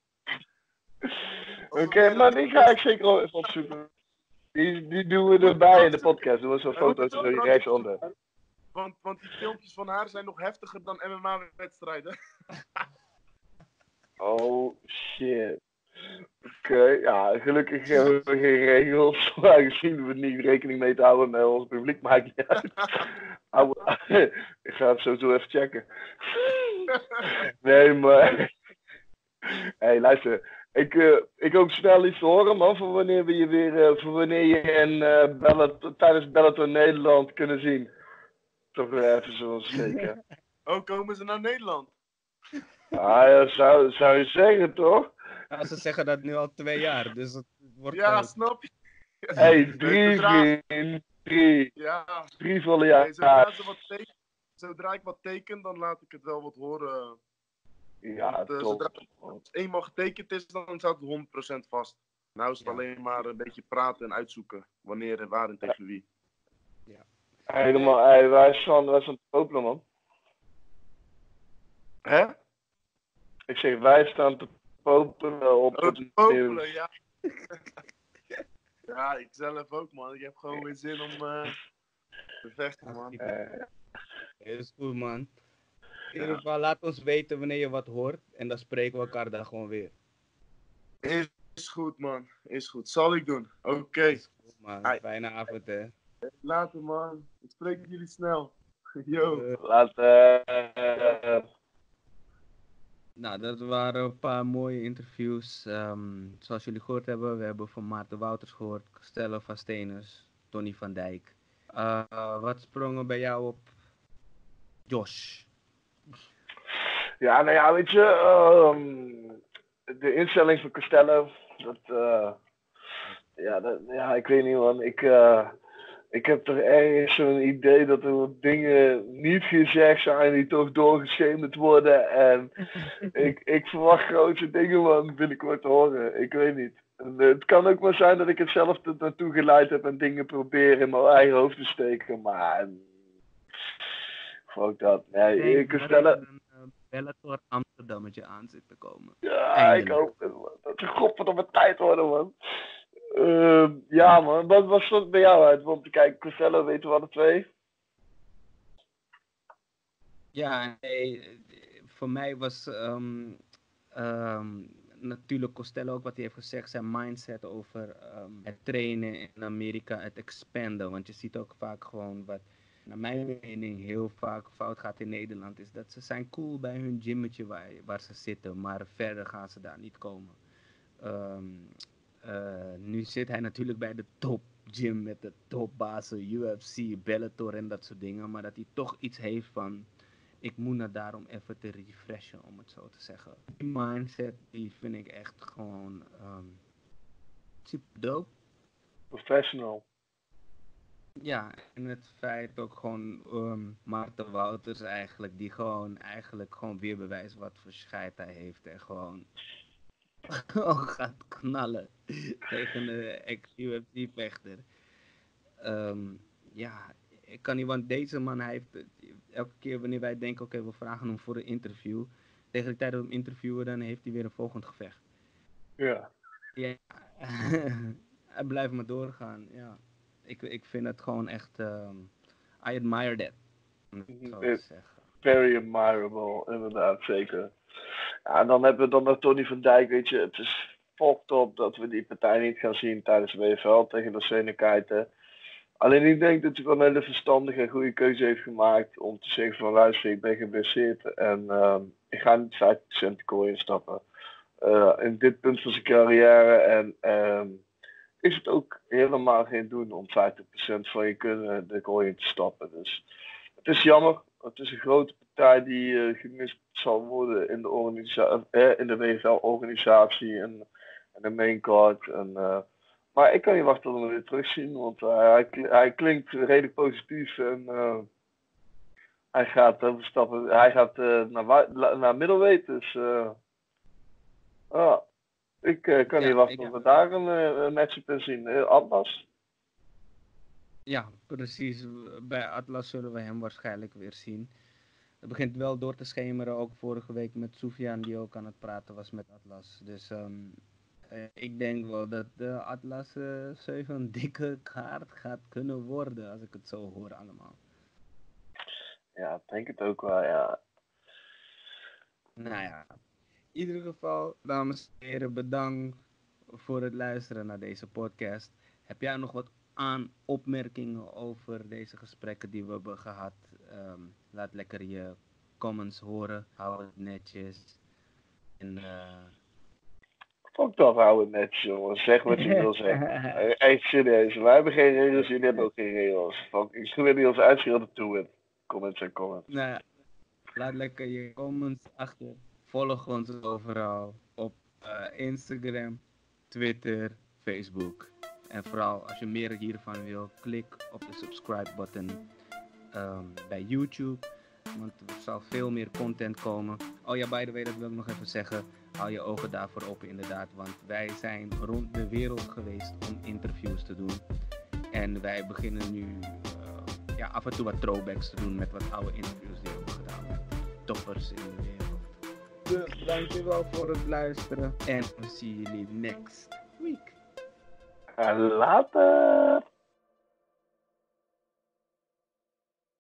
Oké, okay, maar die ga ik zeker wel even opzoeken. Die, die doen we erbij in de podcast. Doen we zo'n foto's zo rechtsonder. Want, want die filmpjes van haar zijn nog heftiger dan M M A-wedstrijden. Oh shit. Oké, okay, ja, gelukkig hebben we geen regels. Aangezien we niet rekening mee te houden met ons publiek, maakt niet uit. Ik ga het sowieso even checken. Nee, maar. Hé, hey, luister. Ik, uh, ik hoop snel iets te horen, man, voor wanneer we je weer, uh, voor wanneer je in uh, Bellator, tijdens Bellator Nederland kunnen zien. Toch weer even zo'n steken. Oh, komen ze naar Nederland? Ah ja, zou, zou je zeggen, toch? Ja, ze zeggen dat nu al twee jaar, dus het wordt... Ja, uh... snap je? Hé, hey, drie vrienden, drie. Ja. Drie volle jaar. Nee, zodra, ze wat teken, zodra ik wat teken, dan laat ik het wel wat horen. Ja, Want, uh, zodra het eenmaal getekend is, dan staat het honderd procent vast. Nou is het ja. alleen maar een beetje praten en uitzoeken. Wanneer en waar en tegen wie. Ja. Helemaal, hey, wij staan wij staan te popelen, man. Hè? Ik zeg, wij staan te popelen op oh, het popelen, nieuws. Ja. Ja, ik zelf ook, man. Ik heb gewoon weer zin om uh, te vechten, man. Uh, is goed, man. In ieder geval, laat ons weten wanneer je wat hoort. En dan spreken we elkaar dan gewoon weer. Is goed, man. Is goed. Zal ik doen. Oké. Okay. Is goed, man. Hai. Fijne avond, hè. Later, man. Ik spreek jullie snel. Yo. Uh, Later. Uh, nou, dat waren een paar mooie interviews. Um, zoals jullie gehoord hebben, we hebben van Maarten Wouters gehoord, Costello van Steeners, Tony van Dijk. Uh, wat sprongen bij jou op, Josh? Ja, nou ja, weet je, um, de instelling van Costello, dat, uh, ja, dat, ja, ik weet niet, man. Ik, uh, ik heb toch ergens zo'n idee dat er wat dingen niet gezegd zijn die toch doorgeschemerd worden. En ik, ik verwacht grote dingen, man, binnenkort te horen. Ik weet niet. En, uh, het kan ook maar zijn dat ik het zelf er naartoe geleid heb en dingen probeer in mijn eigen hoofd te steken, maar... Fuck dat. Nee, ik kan stellen... Bellator Amsterdammetje aan zit te komen. Ja, eindelijk. Ik hoop het, man. Dat is godverdomme tijd worden, man. Uh, ja man, wat was dat bij jou uit? Want kijk, Costello weten we alle twee. Ja, nee, voor mij was um, um, natuurlijk Costello ook wat hij heeft gezegd, zijn mindset over um, het trainen in Amerika, het expanden. Want je ziet ook vaak gewoon wat, naar mijn mening, heel vaak fout gaat in Nederland, is dat ze zijn cool bij hun gymmetje waar, waar ze zitten, maar verder gaan ze daar niet komen. Um, uh, nu zit hij natuurlijk bij de top gym met de topbazen, U F C, Bellator en dat soort dingen, maar dat hij toch iets heeft van, ik moet naar daarom even te refreshen, om het zo te zeggen. Die mindset, die vind ik echt gewoon um, super dope. Professional. Ja, en het feit ook gewoon um, Maarten Wouters eigenlijk, die gewoon eigenlijk gewoon weer bewijst wat voor scheid hij heeft en gewoon gewoon gaat knallen tegen de ex-U F C-vechter. Um, ja, ik kan niet, want deze man, hij heeft elke keer wanneer wij denken, oké, okay, we vragen hem voor een interview, tegen de tijd dat we hem interviewen, dan heeft hij weer een volgend gevecht. Ja. Ja, hij blijft maar doorgaan, ja. Ik, ik vind het gewoon echt, um, I admire that, om het zo te zeggen. Very admirable, inderdaad, zeker. Ja, en dan hebben we dan nog Tony van Dijk, weet je, het is fucked up dat we die partij niet gaan zien tijdens de W F L tegen de Senekaiten. Alleen ik denk dat hij wel een hele verstandige en goede keuze heeft gemaakt om te zeggen van luister, ik ben geblesseerd en uh, ik ga niet vijftig procent de kooi instappen. Uh, in dit punt van zijn carrière en uh, is het ook helemaal geen doen om vijftig procent van je kunnen de kooi in te stappen. Dus het is jammer, het is een grote partij die uh, gemist zal worden in de, organisa- eh, in de W F L-organisatie en, en de main card. En, uh, Maar ik kan niet wachten tot we hem weer terugzien, want uh, hij, hij klinkt redelijk positief en uh, hij gaat overstappen. Hij gaat uh, naar, naar middleweight, dus uh, uh, ik uh, kan ja, niet wachten tot ja. we daar een, een matchup in zien. Uh, Atlas. Ja, precies. Bij Atlas zullen we hem waarschijnlijk weer zien. Het begint wel door te schemeren, ook vorige week met Soufiane die ook aan het praten was met Atlas. Dus um, uh, ik denk wel dat de Atlas uh, zeven een dikke kaart gaat kunnen worden, als ik het zo hoor allemaal. Ja, ik denk het ook wel, ja. Nou ja, in ieder geval, dames en heren, bedankt voor het luisteren naar deze podcast. Heb jij nog wat aan opmerkingen over deze gesprekken die we hebben gehad? Um, laat lekker je comments horen. Hou het netjes. En uh... Fuck dat, hou het netjes, jongen. Zeg wat je wil zeggen. Echt serieus. Wij hebben geen regels, jullie hebben ook geen regels. Fuck, ik wil niet ons uitschilden toe in comments en comments. Nou ja, laat lekker je comments achter. Volg ons overal op uh, Instagram, Twitter, Facebook. En vooral als je meer hiervan wil, klik op de subscribe button um, bij YouTube. Want er zal veel meer content komen. Oh ja, by the way, dat wil ik nog even zeggen. Hou je ogen daarvoor open inderdaad. Want wij zijn rond de wereld geweest om interviews te doen. En wij beginnen nu uh, ja, af en toe wat throwbacks te doen met wat oude interviews die we hebben gedaan. Met toppers in de wereld. Dus dankjewel voor het luisteren. En we zien jullie next week. Later.